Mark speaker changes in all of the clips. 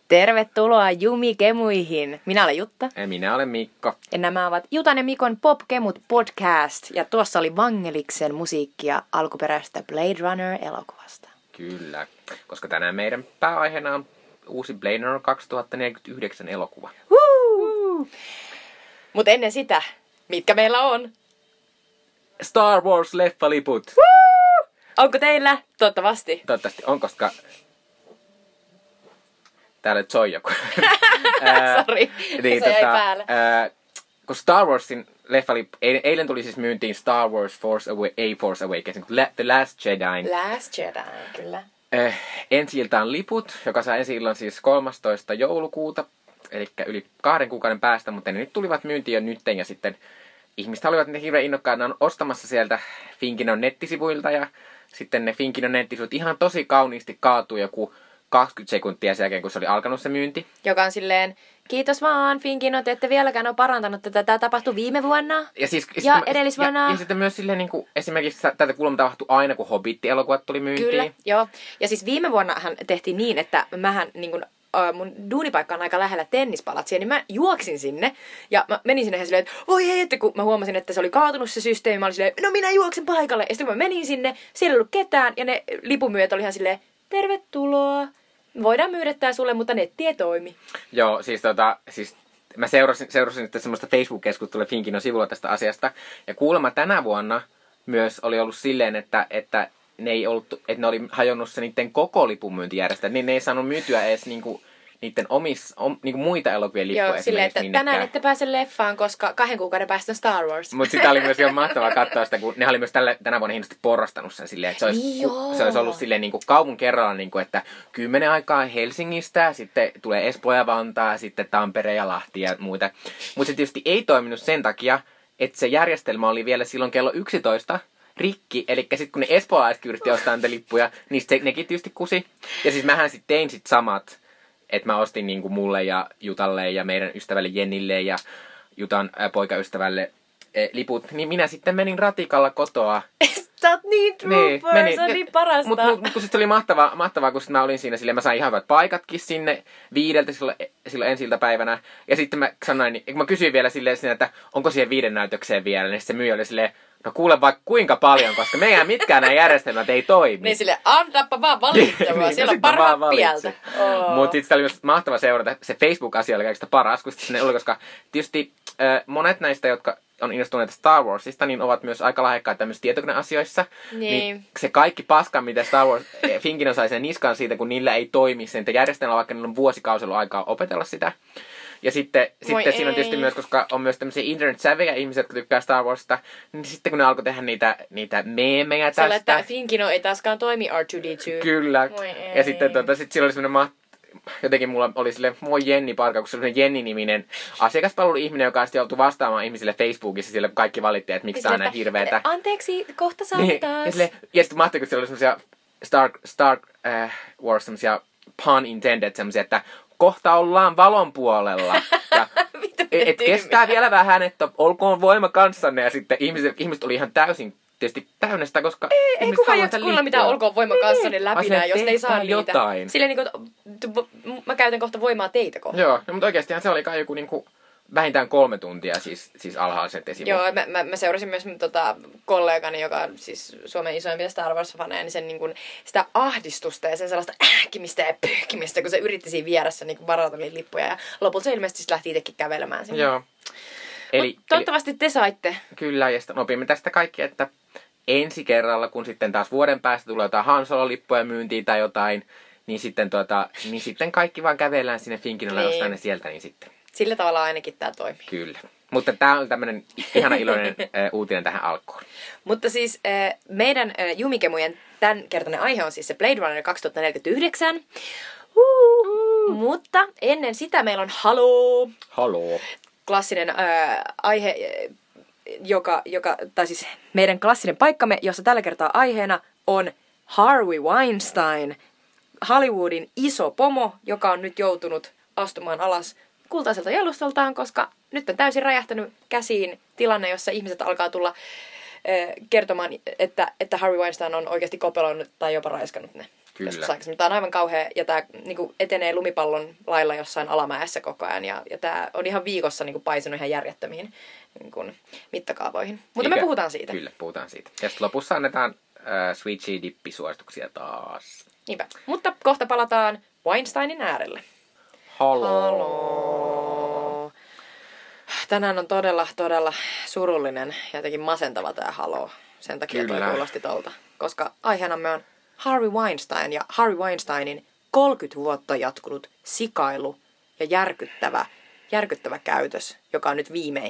Speaker 1: Tervetuloa Jumikemuihin. Minä olen Jutta.
Speaker 2: Ja minä olen Mikko.
Speaker 1: Ja nämä ovat Jutan ja Mikon Popkemut podcast. Ja tuossa oli Vangeliksen musiikkia alkuperäisestä Blade Runner-elokuvasta.
Speaker 2: Kyllä, koska tänään meidän pääaiheena on uusi Blade Runner 2049 elokuva.
Speaker 1: Mutta ennen sitä, mitkä meillä on?
Speaker 2: Star Wars-leffaliput.
Speaker 1: Onko teillä? Toivottavasti.
Speaker 2: Toivottavasti on, koska täällä soi joku.
Speaker 1: Sori, niin, se jäi päälle.
Speaker 2: Kun Star Warsin leffalippu, eilen tuli siis myyntiin Star Wars Force Awakens, The Last Jedi.
Speaker 1: Last Jedi, kyllä.
Speaker 2: Ensi-iltaan liput, joka saa ensi-illan siis 13. joulukuuta, eli yli 2 kuukauden päästä, mutta ne nyt tulivat myyntiin jo nytten, ja sitten ihmiset olivat ne hirveän innokkaana ostamassa sieltä Finkinon nettisivuilta, ja sitten ne Finkinon nettisivut ihan tosi kauniisti kaatui joku 20 sekuntia sen jälkeen, kun se oli alkanut se myynti.
Speaker 1: Joka on silleen, kiitos vaan Finkino, te ette vieläkään ole parantanut tätä. Tämä tapahtui viime vuonna ja edellisvuonna.
Speaker 2: Ja sitten myös silleen, niin kuin, esimerkiksi tätä kuulemma tapahtui aina, kun Hobbit-elokuvat tuli myyntiin.
Speaker 1: Kyllä, joo. Ja siis viime vuonnahan tehtiin niin, että mähän niin kuin, mun duunipaikka on aika lähellä tennispalatsia, niin mä juoksin sinne. Ja mä menin sinne silleen, että voi hei, että kun mä huomasin, että se oli kaatunut se systeemi, mä olin silleen, no minä juoksen paikalle. Ja sitten kun mä menin sinne, siellä ei ollut ketään, ja ne lipunmyyjät oli ihan silleen, tervetuloa. Voidaan myydä tää sulle, mutta netti ei toimi.
Speaker 2: Joo, siis mä seurasin sitten semmoista Facebook-keskustelua Finkinon sivulla tästä asiasta. Ja kuulemma tänä vuonna myös oli ollut silleen, että ne ei ollut, että ne oli hajonnut se niiden koko lipunmyyntijärjestelmä. Niin ne ei saanut myytyä edes niinku niiden niinku muita elokuvien lippuja.
Speaker 1: Joo, silleen, että tänään ette pääse leffaan, koska 2 kuukauden päästä on Star Wars.
Speaker 2: Mutta sitä oli myös ihan mahtavaa katsoa sitä, kun ne oli myös tänä vuonna hienosti porrastanut sen silleen, että se olisi ollut silleen niin kuin kaupun kerralla, niin kuin, että 10 aikaa Helsingistä, sitten tulee Espoo ja Vantaa, sitten Tampere ja Lahti ja muita. Mutta se tietysti ei toiminut sen takia, että se järjestelmä oli vielä silloin kello 11 rikki, eli sitten kun ne espoolaiset yritti ostaa niitä lippuja, niin nekin tietysti kusi. Ja siis mähän sitten tein sit samat. Että mä ostin niinku mulle ja Jutalle ja meidän ystävälle Jennille ja Jutan poikaystävälle liput. Niin minä sitten menin ratikalla kotoa.
Speaker 1: Sä oot niin trooper, se on niin parasta.
Speaker 2: Mutta kun sitten oli mahtavaa, kun mä olin siinä silleen, mä sain ihan hyvät paikatkin sinne 5 silloin ensi-iltapäivänä. Ja sitten mä sanoin, niin, kun mä kysyin vielä silleen, että onko siihen 5 näytökseen vielä, niin se myyjä oli silleen, no kuule vaikka kuinka paljon, koska meidän mitkään nämä järjestelmät ei toimi.
Speaker 1: Niin silleen, annapa vaan valitsemaan, siellä on parhaat pieltä.
Speaker 2: Mutta sitten oli myös mahtava seurata, se Facebook-asia oli kaikista paras, kun sinne oli, koska tietysti monet näistä, jotka on innostuneita Star Warsista, niin ovat myös aika lahjakkaita tämmöisissä tietokoneasioissa. Niin se kaikki paska, mitä Star Wars Finkino sai sen niskaan siitä, kun niillä ei toimi sen järjestelmä, vaikka niillä on vuosikausia aikaa opetella sitä. Ja sitten siinä on tietysti myös, koska on myös tämmöisiä internet-sävejä ihmisiä, jotka tykkää Star Warsista, niin sitten kun ne alkoi tehdä niitä meemejä tästä.
Speaker 1: Sillä, että Finkino ei taaskaan toimi R2-D2.
Speaker 2: Kyllä. Ja sitten sit sillä oli semmoinen jotenkin mulla oli silleen, moi Jenni Parka, kun se oli Jenni-niminen asiakaspalvelu-ihminen, joka on sitten joutu vastaamaan ihmisille Facebookissa, sillä kaikki valittiin, että miksi saa näin hirveetä.
Speaker 1: Anteeksi, kohta saamme taas.
Speaker 2: Ja sitten mahtavaa, kun siellä oli semmoisia Star Wars, semmoisia pun intended, semmoisia, että kohta ollaan valon puolella. Ja et kestää vielä vähän, että olkoon voima kanssanne. Ja sitten ihmiset oli ihan täysin tietysti täynnä sitä, koska
Speaker 1: ei kukaan jaksa kuulla mitään olkoon voima kanssanne läpinä, jos ne ei saa
Speaker 2: jotain.
Speaker 1: Niitä. Silleen niinku, mä käytän kohta voimaa teitä kohta.
Speaker 2: Joo, no, mutta oikeastihan se oli kai joku niinku vähintään 3 tuntia siis alhaalla sen tesivu.
Speaker 1: Joo, mä seurasin myös kollegani, joka on siis Suomen isoimpia Star Wars-faneja, niin sen niin kuin, sitä ahdistusta ja sen sellaista ähkimistä ja pyyhkimistä, kun se yritti siinä vieressä niin varata niitä lippuja. Ja lopulta se ilmeisesti lähti itsekin kävelemään sinne.
Speaker 2: Joo.
Speaker 1: Toivottavasti te saitte.
Speaker 2: Kyllä, ja sitten opimme tästä kaikki, että ensi kerralla, kun sitten taas vuoden päästä tulee jotain Han Solo-lippuja myyntiin tai jotain, niin sitten kaikki vaan kävellään sinne Finkinolle ja ostaa ne sieltä, niin sitten.
Speaker 1: Sillä tavalla ainakin tämä toimii.
Speaker 2: Kyllä. Mutta tämä on tämmöinen ihana iloinen uutinen tähän alkuun.
Speaker 1: Mutta siis meidän Jumikemujen tämänkertainen aihe on siis se Blade Runner 2049. Mutta ennen sitä meillä on
Speaker 2: Haloo.
Speaker 1: Klassinen aihe, tai siis meidän klassinen paikkamme, jossa tällä kertaa aiheena on Harvey Weinstein, Hollywoodin iso pomo, joka on nyt joutunut astumaan alas kultaiselta jalustoltaan, koska nyt on täysin räjähtänyt käsiin tilanne, jossa ihmiset alkaa tulla kertomaan, että Harvey Weinstein on oikeasti kopeloinut tai jopa raiskannut ne.
Speaker 2: Kyllä.
Speaker 1: Tämä on aivan kauhea, ja tämä niin etenee lumipallon lailla jossain alamäessä koko ajan, ja tämä on ihan viikossa niin paisunut ihan järjettömiin niin mittakaavoihin. Mutta me puhutaan siitä.
Speaker 2: Kyllä, puhutaan siitä. Ja sitten lopussa annetaan Sweet Dippi-suosituksia taas.
Speaker 1: Niinpä. Mutta kohta palataan Weinsteinin äärelle.
Speaker 2: Halo.
Speaker 1: Tänään on todella, todella surullinen ja jotenkin masentava tämä halo. Sen takia toi kuulosti tolta. Koska aiheenamme on Harvey Weinstein ja Harvey Weinsteinin 30 vuotta jatkunut sikailu ja järkyttävä käytös, joka on nyt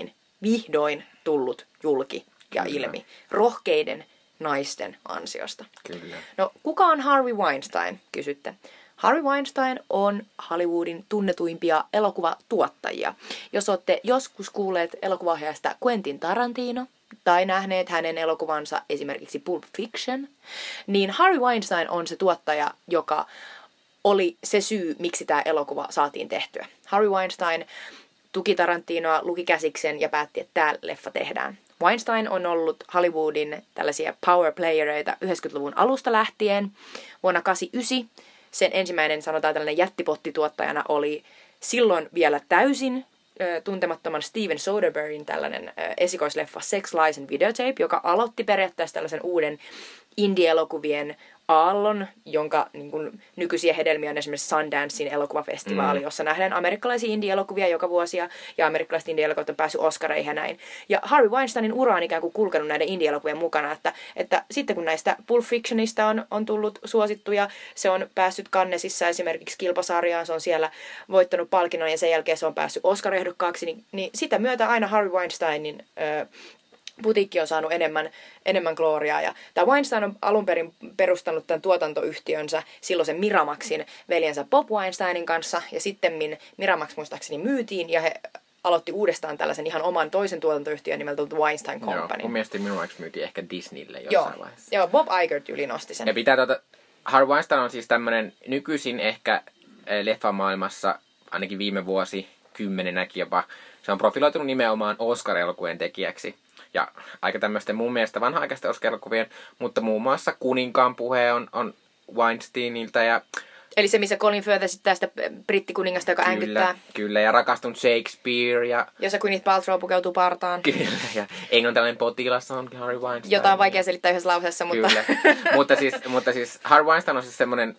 Speaker 1: vihdoin tullut julki ja ilmi rohkeiden naisten ansiosta.
Speaker 2: Kyllä.
Speaker 1: No, kuka on Harvey Weinstein, kysytte? Harvey Weinstein on Hollywoodin tunnetuimpia elokuvatuottajia. Jos olette joskus kuulleet elokuvaohjaajasta Quentin Tarantino tai nähneet hänen elokuvansa esimerkiksi Pulp Fiction, niin Harvey Weinstein on se tuottaja, joka oli se syy, miksi tämä elokuva saatiin tehtyä. Harvey Weinstein tuki Tarantinoa, luki käsiksen ja päätti, että tämä leffa tehdään. Weinstein on ollut Hollywoodin tällaisia power playereita 90-luvun alusta lähtien. Vuonna 1989 sen ensimmäinen, sanotaan tällainen jättipottituottajana, oli silloin vielä täysin tuntemattoman Steven Soderberghin tällainen esikoisleffa Sex, Lies and Videotape, joka aloitti periaatteessa tällaisen uuden indie-elokuvien aallon, jonka niin kuin, nykyisiä hedelmiä on esimerkiksi Sundancein elokuvafestivaali, jossa nähdään amerikkalaisia indie-elokuvia joka vuosi, ja amerikkalaiset indie-elokuvat on päässyt Oscareihin ja näin. Ja Harvey Weinsteinin ura on ikään kuin kulkenut näiden indie-elokuvien mukana, että sitten kun näistä Pulp Fictionista on tullut suosittuja, se on päässyt Cannesissa esimerkiksi kilpasarjaan, se on siellä voittanut palkinnon ja sen jälkeen se on päässyt Oscar-ehdokkaaksi, niin sitä myötä aina Harvey Weinsteinin putiikki on saanut enemmän gloriaa. Ja tämä Weinstein on alun perin perustanut tämän tuotantoyhtiönsä silloin Miramaxin veljensä Bob Weinsteinin kanssa. Ja sitten Miramax muistaakseni myytiin ja he aloitti uudestaan tällaisen ihan oman toisen tuotantoyhtiön nimeltä The Weinstein Company.
Speaker 2: Joo, mun mielestä Miramax myytiin ehkä Disneylle jossain vaiheessa.
Speaker 1: Joo, Bob Iger yli nosti sen.
Speaker 2: Ja pitää Harvey Weinstein on siis tämmönen nykyisin ehkä leffamaailmassa, ainakin viime vuosi, 10 jopa, se on profiloitunut nimenomaan Oscar-elokuvien tekijäksi. Ja aika tämmöisten mun mielestä vanha-aikaisten Oscar-elokuvien, mutta muun muassa Kuninkaan puhe on Weinsteinilta.
Speaker 1: Eli se, missä Colin Firth esittää sitä brittikuningasta, joka änkyttää.
Speaker 2: Kyllä, ja rakastunut Shakespeare.
Speaker 1: Jossa Gwyneth Paltrow pukeutuu partaan.
Speaker 2: Kyllä, ja englantilainen potilas onkin Harvey Weinstein.
Speaker 1: Jota on vaikea selittää yhdessä lauseessa, mutta...
Speaker 2: Kyllä, mutta siis Harvey Weinstein on siis semmoinen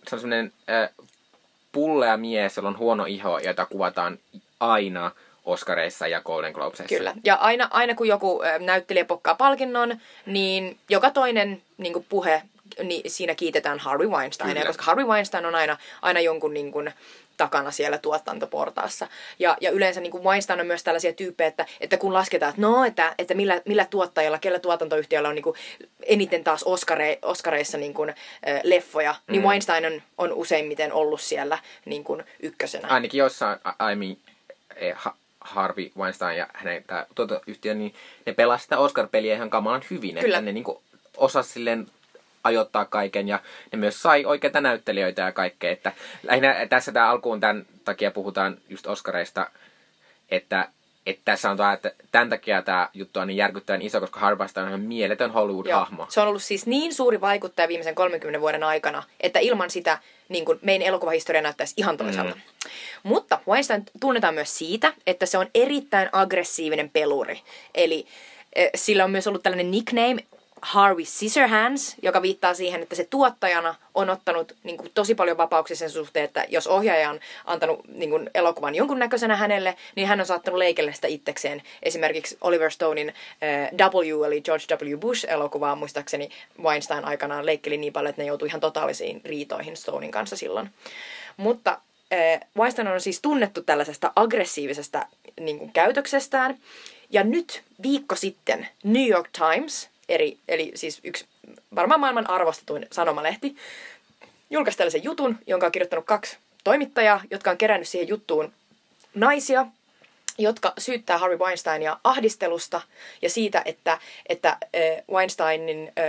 Speaker 2: pullea mies, jolla on huono iho, jota kuvataan aina Oscareissa ja Golden Globesissa.
Speaker 1: Kyllä. Ja aina kun joku näyttelijä pokkaa palkinnon, niin joka toinen niin puhe, niin siinä kiitetään Harvey Weinsteinia, koska Harvey Weinstein on aina jonkun niin kuin takana siellä tuotantoportaassa. Ja yleensä niin kuin Weinstein on myös tällaisia tyyppejä, että kun lasketaan, että millä tuottajalla, kellä tuotantoyhtiöllä on niin kuin eniten taas Oscareissa niin kuin, leffoja, niin Weinstein on useimmiten ollut siellä niin kuin ykkösenä.
Speaker 2: Ainakin jossain aiemmin Harvey Weinstein ja hänen tuotantoyhtiö, niin ne pelasivat sitä Oscar-peliä ihan kamalan hyvin. Kyllä. Että ne niin kuin osasi silleen ajoittaa kaiken ja ne myös sai oikeita näyttelijöitä ja kaikkea. Että lähinnä tässä tämä alkuun tämän takia puhutaan just Oscareista, että sanotaan, että tämän takia tämä juttu on niin järkyttävän iso, koska Harvey Weinstein on ihan mieletön Hollywood-hahmo.
Speaker 1: Se on ollut siis niin suuri vaikuttaja viimeisen 30 vuoden aikana, että ilman sitä niin kuin meidän elokuvahistoria näyttäisi ihan toisaalta. Mutta Weinstein tunnetaan myös siitä, että se on erittäin aggressiivinen peluri. Eli sillä on myös ollut tällainen nickname Harvey Scissorhands, joka viittaa siihen, että se tuottajana on ottanut niin kuin, tosi paljon vapauksia sen suhteen, että jos ohjaaja on antanut niin kuin, elokuvan jonkunnäköisenä hänelle, niin hän on saattanut leikellä sitä itsekseen. Esimerkiksi Oliver Stonein W, eli George W. Bush-elokuvaa, muistaakseni Weinstein aikanaan leikkeli niin paljon, että ne joutui ihan totaalisiin riitoihin Stonein kanssa silloin. Mutta Weinstein on siis tunnettu tällaisesta aggressiivisesta niin kuin, käytöksestään. Ja nyt viikko sitten New York Times, eli siis yksi varmaan maailman arvostetuin sanomalehti, julkaisi tällaisen jutun, jonka on kirjoittanut 2 toimittajaa, jotka on kerännyt siihen juttuun naisia, jotka syyttää Harvey Weinsteinia ahdistelusta ja siitä, että Weinsteinin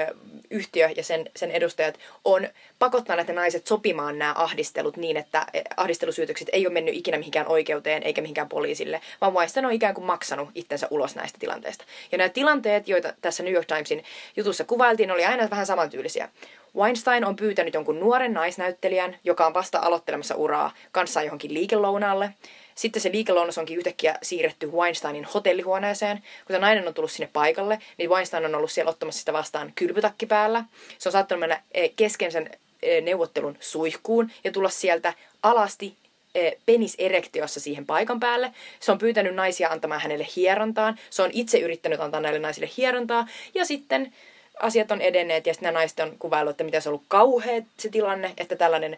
Speaker 1: yhtiö ja sen edustajat on pakottaneet ne naiset sopimaan nämä ahdistelut niin, että ahdistelusyytökset ei ole mennyt ikinä mihinkään oikeuteen eikä mihinkään poliisille, vaan Weinstein on ikään kuin maksanut itsensä ulos näistä tilanteista. Ja nämä tilanteet, joita tässä New York Timesin jutussa kuvailtiin, oli aina vähän samantyylisiä. Weinstein on pyytänyt jonkun nuoren naisnäyttelijän, joka on vasta aloittelemassa uraa, kanssaan johonkin liikelounaalle. Sitten se liikelounas onkin yhtäkkiä siirretty Weinsteinin hotellihuoneeseen. Kun se nainen on tullut sinne paikalle, niin Weinstein on ollut siellä ottamassa sitä vastaan kylpytakki päällä. Se on saattanut mennä kesken sen neuvottelun suihkuun ja tulla sieltä alasti peniserektiossa siihen paikan päälle. Se on pyytänyt naisia antamaan hänelle hierontaan. Se on itse yrittänyt antaa näille naisille hierontaa. Ja sitten asiat on edenneet ja sitten nämä naiset on kuvaillut, että miten se on ollut kauhea se tilanne, että tällainen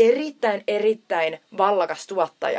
Speaker 1: erittäin vallakas tuottaja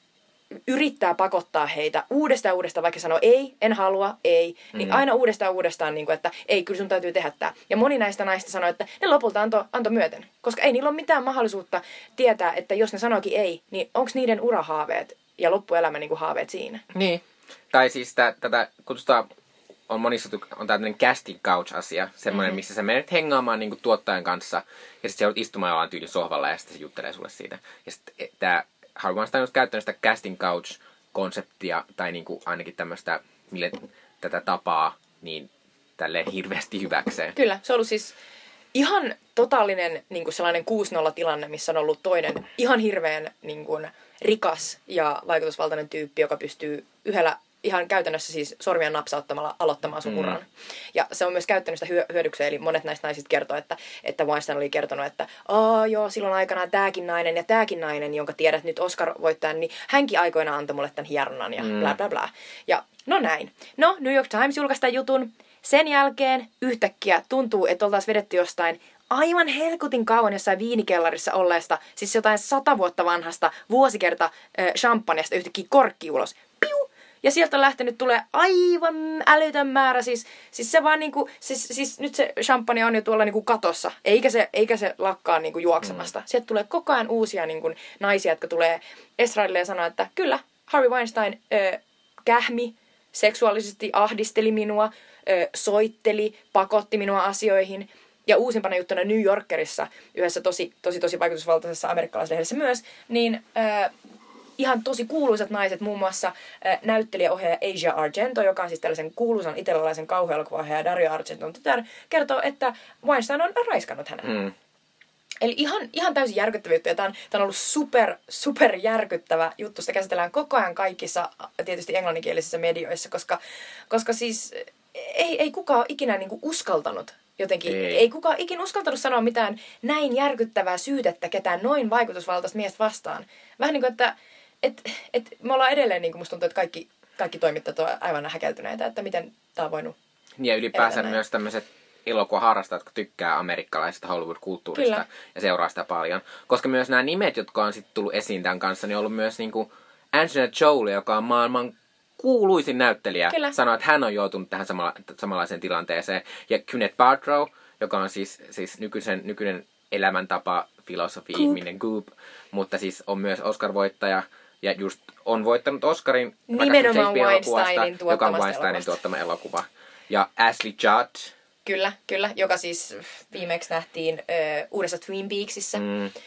Speaker 1: yrittää pakottaa heitä uudestaan, vaikka sanoo ei, en halua, ei, niin aina uudestaan, niin kuin, että ei, kyllä sun täytyy tehdä tämä. Ja moni näistä naista sanoi, että ne lopulta antoi myöten, koska ei niillä ole mitään mahdollisuutta tietää, että jos ne sanoikin ei, niin onko niiden urahaaveet ja loppuelämä niin kuin haaveet siinä.
Speaker 2: Niin, tai siis tätä kutsutaan, on monissa on tämmöinen casting couch-asia, semmoinen, missä sä menet hengaamaan niin kuin tuottajan kanssa, ja sitten sä joudut istumaan jollain tyylin sohvalla, ja sitten se juttelee sulle siitä. Ja sitten tämä Harvey Weinstein on käyttänyt sitä casting couch-konseptia, tai niinku ainakin tämmöistä, mille tätä tapaa, niin tälleen hirveästi hyväkseen.
Speaker 1: Kyllä, se on ollut siis ihan totaalinen niin sellainen 6-0-tilanne, missä on ollut toinen ihan hirveän niin kuin, rikas ja vaikutusvaltainen tyyppi, joka pystyy yhdellä ihan käytännössä siis sormia napsauttamalla aloittamaan sun uran. Ja se on myös käyttänyt sitä hyödykseen, eli monet näistä naisista kertoo, että Weinstein oli kertonut, että joo, silloin aikanaan tääkin nainen, jonka tiedät nyt Oscar-voittajan, niin hänkin aikoinaan antoi mulle tämän hieronnan ja bla bla bla. Ja no näin. No, New York Times julkaisi tämän jutun. Sen jälkeen yhtäkkiä tuntuu, että oltaisiin vedetty jostain aivan helkutin kauan jossain viinikellarissa olleesta, siis jotain 100 vuotta vanhasta vuosikerta champagnesta yhtäkkiä korkki ulos. Piu! Ja sieltä on lähtenyt tulee aivan älytön määrä, siis se vaan niinku, siis nyt se champagne on jo tuolla niinku katossa, eikä se lakkaa niinku juoksemasta. Sieltä tulee koko ajan uusia niinku naisia, jotka tulee estradille ja sanoo, että kyllä, Harvey Weinstein kähmi, seksuaalisesti ahdisteli minua, soitteli, pakotti minua asioihin. Ja uusimpana juttuna New Yorkerissa, yhdessä tosi vaikutusvaltaisessa amerikkalaislehdessä myös, niin ihan tosi kuuluisat naiset, muun muassa näyttelijäohjaaja Asia Argento, joka on siis tällaisen kuuluisan italialaisen kauhuelokuvaohjaaja Dario Argenton tytär, kertoo, että Weinstein on raiskannut hänen. Eli ihan täysin järkyttävä juttu, ja tämä on ollut super järkyttävä juttu. Sitä käsitellään koko ajan kaikissa, tietysti englanninkielisissä medioissa, koska siis ei kukaan ole ikinä niinku uskaltanut jotenkin, ei kukaan ikinä uskaltanut sanoa mitään näin järkyttävää syytettä ketään noin vaikutusvaltaista miestä vastaan. Vähän niin kuin, että me ollaan edelleen, niin kuin musta tuntuu, että kaikki toimittajat on aivan häkeltyneitä, että miten tämä on voinut.
Speaker 2: Ja ylipäänsä myös tämmöiset elokuvaharrastajat, jotka tykkää amerikkalaisesta Hollywood-kulttuurista ja seuraa sitä paljon. Koska myös nämä nimet, jotka on sitten tullut esiin tämän kanssa, niin on ollut myös niin kuin Angelina Jolie, joka on maailman kuuluisin näyttelijä, sanoi, että hän on joutunut tähän samanlaiseen tilanteeseen. Ja Gwyneth Paltrow, joka on siis nykyinen elämäntapa, filosofi, ihminen, Goop, mutta siis on myös Oscar-voittaja. Ja just on voittanut Oscarin
Speaker 1: nimenomaan Weinsteinin
Speaker 2: joka on Weinsteinin tuottama elokuva. Ja Ashley Judd.
Speaker 1: Kyllä, joka siis viimeksi nähtiin uudessa Twin Peaksissa.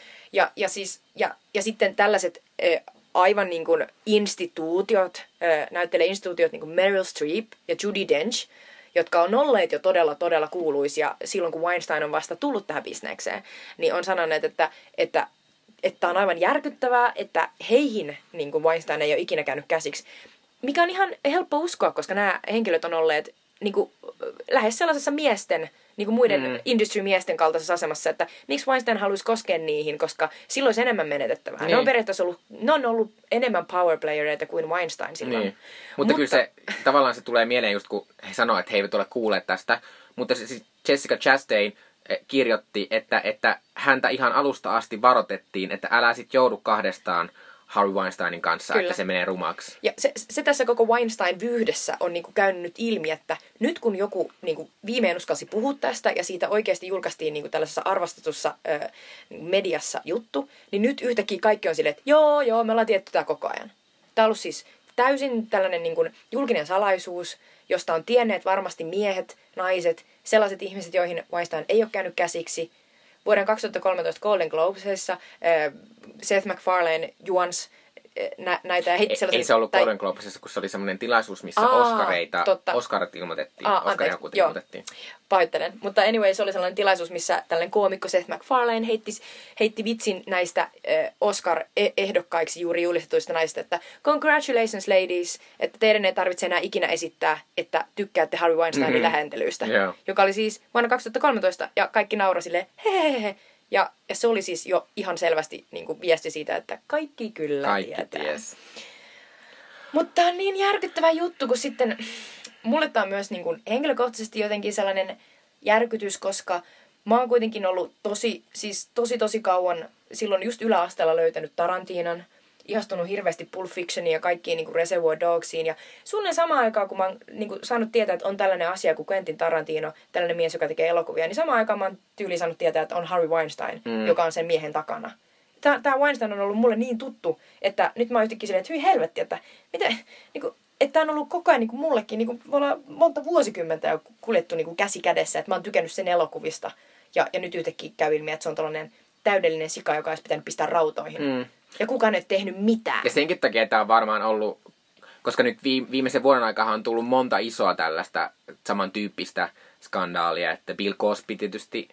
Speaker 1: Ja sitten tällaiset aivan niin kuin instituutiot, näyttelijäinstituutiot niin kuin Meryl Streep ja Judi Dench, jotka on olleet jo todella kuuluisia silloin, kun Weinstein on vasta tullut tähän bisnekseen, niin on sanoneet, että on aivan järkyttävää, että heihin niin kuin Weinstein ei ole ikinä käynyt käsiksi. Mikä on ihan helppo uskoa, koska nämä henkilöt on olleet niin kuin, lähes sellaisessa miesten, niin kuin muiden industry-miesten kaltaisessa asemassa, että miksi Weinstein haluaisi koskea niihin, koska silloin olisi enemmän menetettävää. Ne on periaatteessa ollut enemmän powerplayereita kuin Weinstein silloin. Niin.
Speaker 2: Mutta kyllä se, tavallaan se tulee mieleen just kun he sanoo, että he eivät ole kuulleet tästä, mutta siis Jessica Chastain kirjoitti, että häntä ihan alusta asti varoitettiin, että älä sit joudu kahdestaan Harvey Weinsteinin kanssa, että se menee rumaksi.
Speaker 1: Ja se tässä koko Weinstein-vyhdessä on niinku käynyt nyt ilmi, että nyt kun joku niinku viimein uskalsi puhua tästä ja siitä oikeasti julkaistiin niinku tällaisessa arvostetussa mediassa juttu, niin nyt yhtäkkiä kaikki on silleen, että joo, me ollaan tietty tämä koko ajan. Tämä on ollut siis täysin tällainen niin kuin julkinen salaisuus, josta on tienneet varmasti miehet, naiset, sellaiset ihmiset, joihin Weinstein ei ole käynyt käsiksi. Vuoden 2013 Golden Globesissa Seth MacFarlane juonsi näitä...
Speaker 2: Ei se ollut Golden Globesissa, kun se oli semmoinen tilaisuus, missä Oscarit ilmoitettiin. Oscar-ehokkuut ilmoitettiin.
Speaker 1: Pahoittelen. Mutta anyway, se oli sellainen tilaisuus, missä tällainen koomikko Seth MacFarlane heitti vitsin näistä Oscar-ehdokkaiksi juuri julistetuista naisista, että congratulations ladies, että teidän ei tarvitse enää ikinä esittää, että tykkäätte Harvey Weinsteinin lähentelyistä.
Speaker 2: Yeah.
Speaker 1: Joka oli siis vuonna 2013, ja kaikki nauroi silleen hehehe. Ja se oli siis jo ihan selvästi niin kuin viesti siitä, että kaikki kyllä tietää.
Speaker 2: Ties.
Speaker 1: Mutta tämä on niin järkyttävä juttu, kun sitten mulle tämä on myös niin kuin henkilökohtaisesti jotenkin sellainen järkytys, koska mä oon kuitenkin ollut tosi kauan silloin just yläasteella löytänyt Tarantinon, ihastunut hirveästi Pulp Fictioniin ja kaikkiin niin kuin Reservoir Dogsiin. Ja suunnilleen samaan aikaan, kun mä oon niin kuin saanut tietää, että on tällainen asia kuin Quentin Tarantino, tällainen mies, joka tekee elokuvia, niin samaan aikaan mä oon tyyliin saanut tietää, että on Harvey Weinstein, joka on sen miehen takana. Tämä Weinstein on ollut mulle niin tuttu, että nyt mä oon yhtäkkiä silleen, että hyi helvetti, että miten, niin kuin, että tämä on ollut koko ajan niin kuin mullekin, niin kuin monta vuosikymmentä jo kuljettu niin kuin käsi kädessä, että mä oon tykännyt sen elokuvista. Ja nyt yhtäkkiä käy ilmi, että se on tällainen täydellinen sika, joka olisi pitänyt pistää rautoihin. Ja kukaan ei ole tehnyt mitään.
Speaker 2: Ja senkin takia tämä on varmaan ollut, koska nyt viimeisen vuoden aikana on tullut monta isoa tällaista samantyyppistä skandaalia, että Bill Cosby tietysti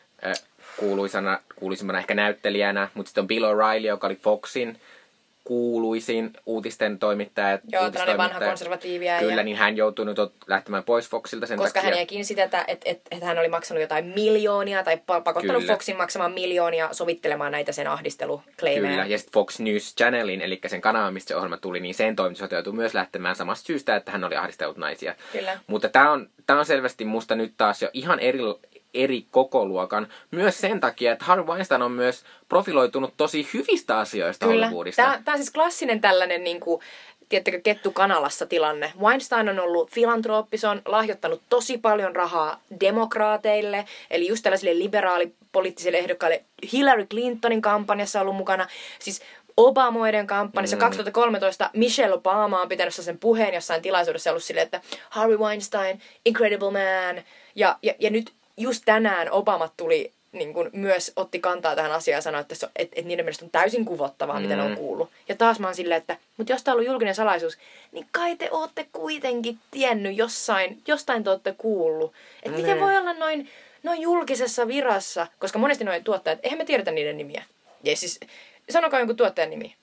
Speaker 2: kuuluisimmana ehkä näyttelijänä, mutta sitten on Bill O'Reilly, joka oli Foxin kuuluisin uutisten toimittaja.
Speaker 1: Joo, tällainen vanha konservatiivia.
Speaker 2: Kyllä, niin hän joutui nyt lähtemään pois Foxilta sen
Speaker 1: koska
Speaker 2: takia. Hän
Speaker 1: jäi kiinni sitä, että hän oli maksanut jotain miljoonia tai pakottanut Foxin maksamaan miljoonia sovittelemaan näitä sen ahdistelukleimejä.
Speaker 2: Kyllä, ja sitten Fox News Channelin, eli sen kanavan, mistä se ohjelma tuli, niin sen toimitusjohtaja joutui myös lähtemään samasta syystä, että hän oli ahdistellut naisia.
Speaker 1: Kyllä.
Speaker 2: Mutta tämä on selvästi musta nyt taas jo ihan eri kokoluokan. Myös sen takia, että Harvey Weinstein on myös profiloitunut tosi hyvistä asioista Hollywoodista.
Speaker 1: Tämä on siis klassinen tällainen, niin kuin, tiedättekö, kettu kanalassa tilanne. Weinstein on ollut filantrooppi, on lahjoittanut tosi paljon rahaa demokraateille, eli just tällaisille liberaalipoliittisille ehdokkaille. Hillary Clintonin kampanjassa on ollut mukana, siis Obamoiden kampanjassa 2013 Michelle Obama on pitänyt sen puheen jossain tilaisuudessa ollut silleen, että Harvey Weinstein, incredible man, ja nyt just tänään Obama tuli niin kuin myös otti kantaa tähän asiaan ja sanoi, että niiden mielestä on täysin kuvottavaa, mitä ne on kuullut. Ja taas mä oon silleen, että mutta jos tää on ollut julkinen salaisuus, niin kai te ootte kuitenkin tiennyt jostain te ootte kuullut. Että miten voi olla noin julkisessa virassa, koska monesti noin tuottajat, eihän me tiedetä niiden nimiä. Ja siis, sanokaa jonkun tuottajan nimi.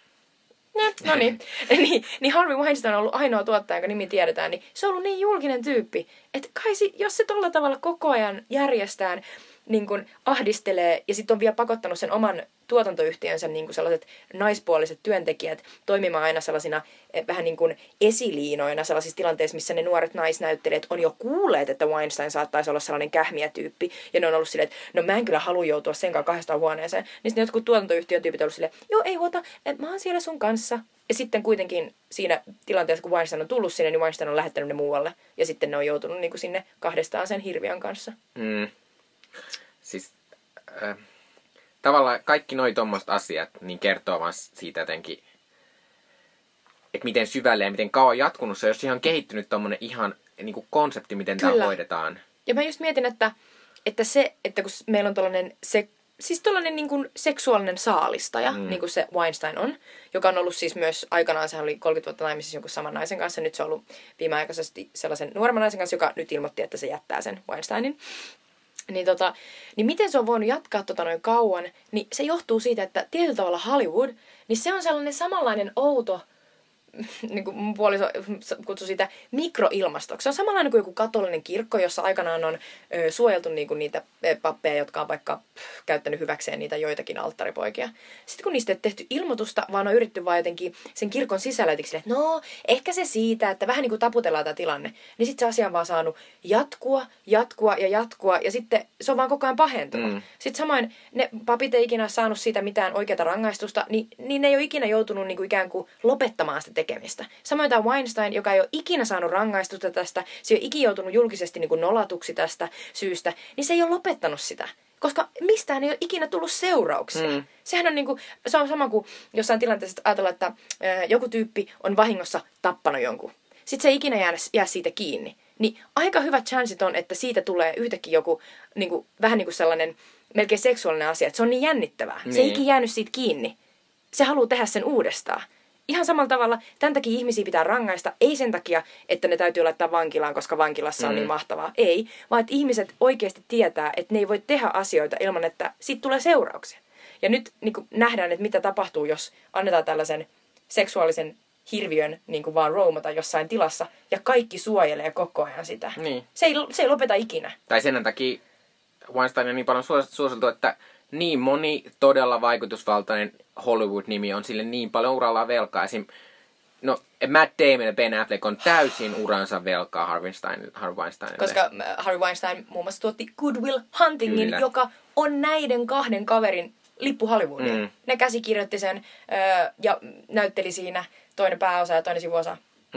Speaker 1: No niin. niin Harvey Weinstein on ollut ainoa tuottaja, jonka nimi tiedetään, niin se on ollut niin julkinen tyyppi, että kai jos se tolla tavalla koko ajan järjestään niin kun ahdistelee ja sitten on vielä pakottanut sen oman tuotantoyhtiönsä niin kuin sellaiset naispuoliset työntekijät toimimaan aina sellaisina vähän niin kuin esiliinoina sellaisissa tilanteissa, missä ne nuoret naisnäyttelijät on jo kuulleet, että Weinstein saattaisi olla sellainen kähmiä tyyppi. Ja ne on ollut silleen, että no mä en kyllä halua joutua senkaan 200 huoneeseen. Niin sitten jotkut tuotantoyhtiötyypit on ollut silleen, joo ei huota, että mä oon siellä sun kanssa. Ja sitten kuitenkin siinä tilanteessa, kun Weinstein on tullut sinne, niin Weinstein on lähettänyt ne muualle. Ja sitten ne on joutunut niin kuin sinne kahdestaan sen hirviön kanssa.
Speaker 2: Siis tavallaan kaikki noi tommoset asiat niin kertoo vaan siitä jotenkin, että miten syvälle ja miten kauan jatkunut se, jos ihan kehittynyt tommonen ihan niin kuin konsepti, miten tämä hoidetaan.
Speaker 1: Ja mä just mietin, että kun meillä on tollainen tollainen niin kuin seksuaalinen saalistaja, niin kuin se Weinstein on, joka on ollut siis myös aikanaan, se oli 30 vuotta naimisissa jonkun saman naisen kanssa, nyt se on ollut viimeaikaisesti sellaisen nuoremman naisen kanssa, joka nyt ilmoitti, että se jättää sen Weinsteinin. Niin miten se on voinut jatkaa noin kauan, niin se johtuu siitä, että tietyllä tavalla Hollywood, niin se on sellainen samanlainen outo, niin kuin mun puoliso kutsui sitä mikroilmastoksi. Se on samanlainen kuin joku katolinen kirkko, jossa aikanaan on suojeltu niin kuin niitä pappeja, jotka on vaikka käyttänyt hyväkseen niitä joitakin alttaripoikia. Sitten kun niistä ei tehty ilmoitusta, vaan on yritetty vaan jotenkin sen kirkon sisällä jotenkin silleen, että no, ehkä se siitä, että vähän niin kuin taputellaan tämä tilanne. Niin sitten se asia on vaan saanut jatkua, ja sitten se on vaan koko ajan pahentunut. Sitten samoin ne papit ei ikinä saanut siitä mitään oikeata rangaistusta, niin ne ei ole ikinä joutunut niin kuin ikään kuin lopettamaan sitä tekemistä. Samoin tämä Weinstein, joka ei ole ikinä saanut rangaistusta tästä, se ei ole ikinä joutunut julkisesti niin kuin nolatuksi tästä syystä, niin se ei ole lopettanut sitä. koska mistään ei ole ikinä tullut seurauksia. Sehän on niinku, se on sama kuin jossain tilanteessa ajatellaan, että joku tyyppi on vahingossa tappanut jonkun. Sitten se ei ikinä jää siitä kiinni. Niin aika hyvät chanssit on, että siitä tulee yhtäkkiä joku niinku, vähän niin kuin sellainen melkein seksuaalinen asia, että se on niin jännittävää. Niin. Se ei ikinä jäänyt siitä kiinni. Se haluaa tehdä sen uudestaan. Ihan samalla tavalla, tämän takia ihmisiä pitää rangaista, ei sen takia, että ne täytyy laittaa vankilaan, koska vankilassa on niin mahtavaa. Ei, vaan että ihmiset oikeasti tietää, että ne ei voi tehdä asioita ilman, että siitä tulee seurauksia. Ja nyt niin kuin nähdään, että mitä tapahtuu, jos annetaan tällaisen seksuaalisen hirviön niin kuin vaan roumata jossain tilassa, ja kaikki suojelee koko ajan sitä.
Speaker 2: Niin.
Speaker 1: Se ei lopeta ikinä.
Speaker 2: Tai sen takia Weinstein on niin paljon suositeltu, että niin moni todella vaikutusvaltainen Hollywood-nimi on sille niin paljon urallaan velkaa. Esim. No, Matt Damon ja Ben Affleck on täysin uransa velkaa Harvey Weinsteinille.
Speaker 1: Koska Harvey Weinstein muun muassa tuotti Good Will Huntingin, Kyllä. joka on näiden kahden kaverin lippu Hollywoodiin. Ne käsikirjoitti sen ja näytteli siinä toinen pääosa ja toinen sivuosa.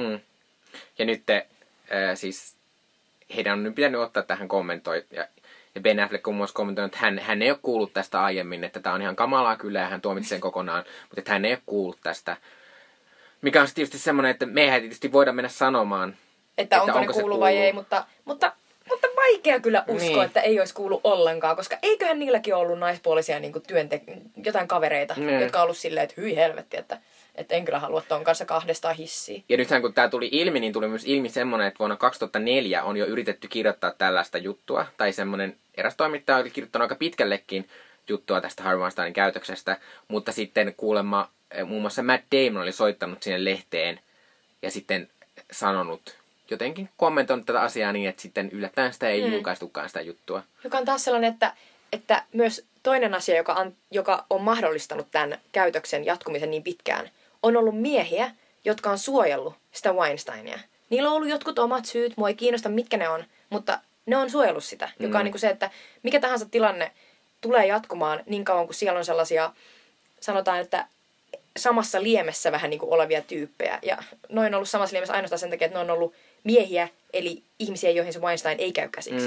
Speaker 2: Ja nyt siis heidän on nyt pitänyt ottaa tähän kommentoi. Ja Ben Affleck on myös kommentoinut, että hän ei ole kuullut tästä aiemmin, että tämä on ihan kamalaa kyllä ja hän tuomitsi sen kokonaan, mutta että hän ei ole kuullut tästä. Mikä on tietysti semmoinen, että me ei tietysti voida mennä sanomaan,
Speaker 1: että onko ne kuullut vai ei, mutta vaikea kyllä uskoa, niin. Että ei olisi kuullut ollenkaan, koska eiköhän niilläkin ollut naispuolisia niin kuin jotain kavereita, jotka on ollut silleen, että hyi helvetti, että en kyllä halua ton kanssa kahdestaan hissiä.
Speaker 2: Ja nythän kun tämä tuli ilmi, niin tuli myös ilmi semmoinen, että vuonna 2004 on jo yritetty kirjoittaa tällaista juttua. Tai semmoinen eräs toimittaja oli kirjoittanut aika pitkällekin juttua tästä Harvey Weinsteinin käytöksestä. Mutta sitten kuulemma muun muassa Matt Damon oli soittanut sinne lehteen ja sitten sanonut, jotenkin kommentoinut tätä asiaa niin, että sitten yllättäen sitä ei julkaistukaan sitä juttua.
Speaker 1: Joka on taas sellainen, että myös toinen asia, joka on mahdollistanut tämän käytöksen jatkumisen niin pitkään, on ollut miehiä, jotka on suojellut sitä Weinsteinia. Niillä on ollut jotkut omat syyt, mua ei kiinnosta mitkä ne on, mutta ne on suojellut sitä. Joka on niin kuin se, että mikä tahansa tilanne tulee jatkumaan niin kauan kuin siellä on sellaisia, sanotaan, että samassa liemessä vähän niin kuin olevia tyyppejä. Ja noin on ollut samassa liemessä ainoastaan sen takia, että ne on ollut miehiä, eli ihmisiä, joihin se Weinstein ei käy käsiksi.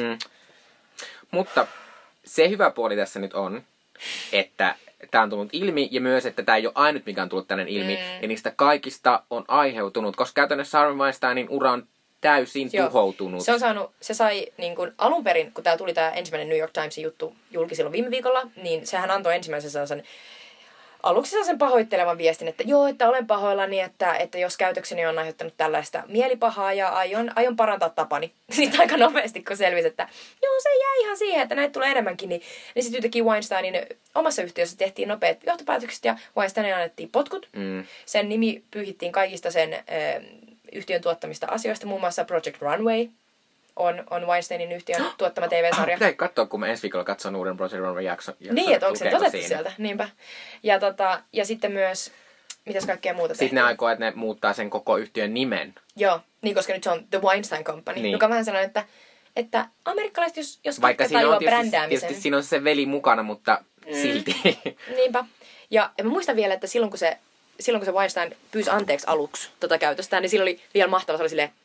Speaker 2: Mutta se hyvä puoli tässä nyt on, että tämä on tullut ilmi ja myös, että tämä ei ole ainut, mikä on tullut tänne ilmi. Ja niistä kaikista on aiheutunut, koska käytännössä Harvey Weinsteinin ura on täysin tuhoutunut.
Speaker 1: Se sai niin kuin alun perin, kun tää tuli tämä ensimmäinen New York Timesin juttu julki silloin viime viikolla, niin sehän antoi ensimmäisen sellaisen aluksi sellaisen pahoittelevan viestin, että joo, että olen pahoillani, että jos käytökseni on aiheuttanut tällaista mielipahaa ja aion parantaa tapani. Sitten aika nopeasti, kun selvisi, että joo, se jää ihan siihen, että näitä tulee enemmänkin, niin sitten yhtäkkiä Weinsteinin omassa yhtiössä tehtiin nopeat johtopäätökset ja Weinsteinin annettiin potkut. Sen nimi pyyhittiin kaikista sen yhtiön tuottamista asioista, muun muassa Project Runway on Weinsteinin yhtiön tuottama TV-sarja.
Speaker 2: Pitää katsoa, kun mä ensi viikolla katson uuden Project Runway-jakson.
Speaker 1: Niin, että onko se otettu sieltä? Niinpä. Ja sitten myös, mitäs kaikkea muuta tehtiin?
Speaker 2: Sitten ne aikoo, että ne muuttaa sen koko yhtiön nimen.
Speaker 1: Joo, niin koska nyt se on The Weinstein Company, niin. Joka on vähän sellainen, että amerikkalaiset, jos
Speaker 2: vaikka siinä on
Speaker 1: brändäämisen.
Speaker 2: Tietysti siinä on se veli mukana, mutta silti.
Speaker 1: Niinpä. Ja mä muistan vielä, että silloin kun se Weinstein pyysi anteeksi aluksi tota käytöstään, niin silloin oli vielä mahtavaa, se oli silleen,